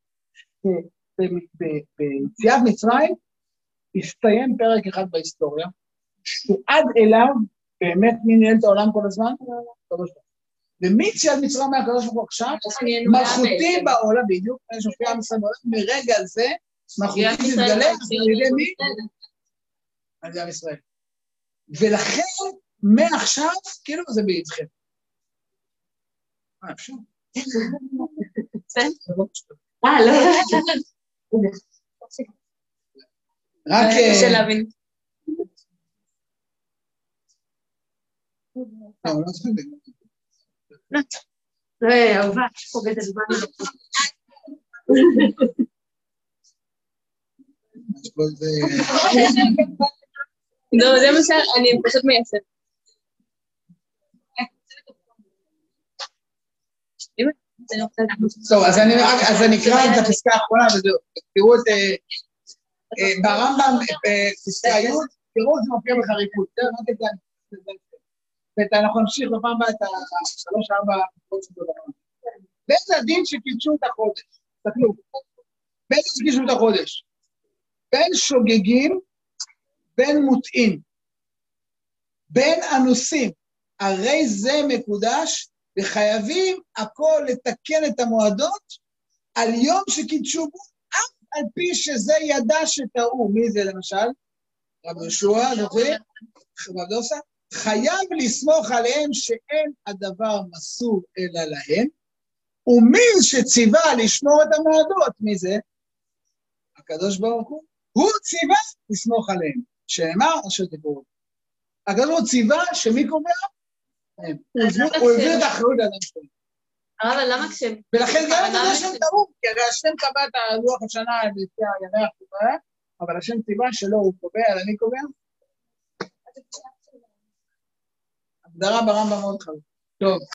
ביציאת מצרים הסתיים פרק אחד בהיסטוריה, שעד אליו באמת מי ניהל את העולם כל הזמן? ומיציאת מצרים מהקדוש ברוך הוא עכשיו, מלכותי בעולם, בדיוק, שופע עם ישראל בעולם, מרגע זה, מלכותי מתגלה על ידי מי? על ידי עם ישראל. ולכן, מעכשיו, כאילו זה בידכם. מה אפשר? אה, לא. רק... קשה להבין. לא, לא צריכים. לא, אהובה, שפוגעת על זמן. לא, זה מה שאני פשוט מייסת. טוב, אז אני אקרא את הפסקה האחרונה וזהו. תראו את ברמב"ם, פסקה י', תראו את זה מופיע בחריפות. ואנחנו נמשיך בפעם הבאה את השלוש ארבע פסקאות של ברמב"ם. באיזה הדין שקידשו את החודש? תסתכלו. באיזה שקידשו את החודש? בין שוגגים, בין מוטעים, בין אנוסים. הרי זה מקודש, וחייבים הכל לתקן את המועדות על יום שקידשו בו, אף על פי שזה ידע שטעו. מי זה למשל? רב יהושע, זוכרים? רב דוסה? חייב לסמוך עליהם שאין הדבר מסור אלא להם, ומי שציווה לשמור את המועדות, מי זה? הקדוש ברוך הוא. הוא ציווה לסמוך עליהם, שנאמר אשר תקראו. הקדוש ברוך הוא ציווה שמי קובע? הוא הביא את האחריות לאדם שלו. אבל למה כש... ולכן גם את זה השם טעו, כי הרי השם קבע את לוח השנה לפי הירח קובע, אבל השם ציווה שלא הוא קובע, אלא אני קובע. הגדרה ברמב"ם מאוד חזק. טוב.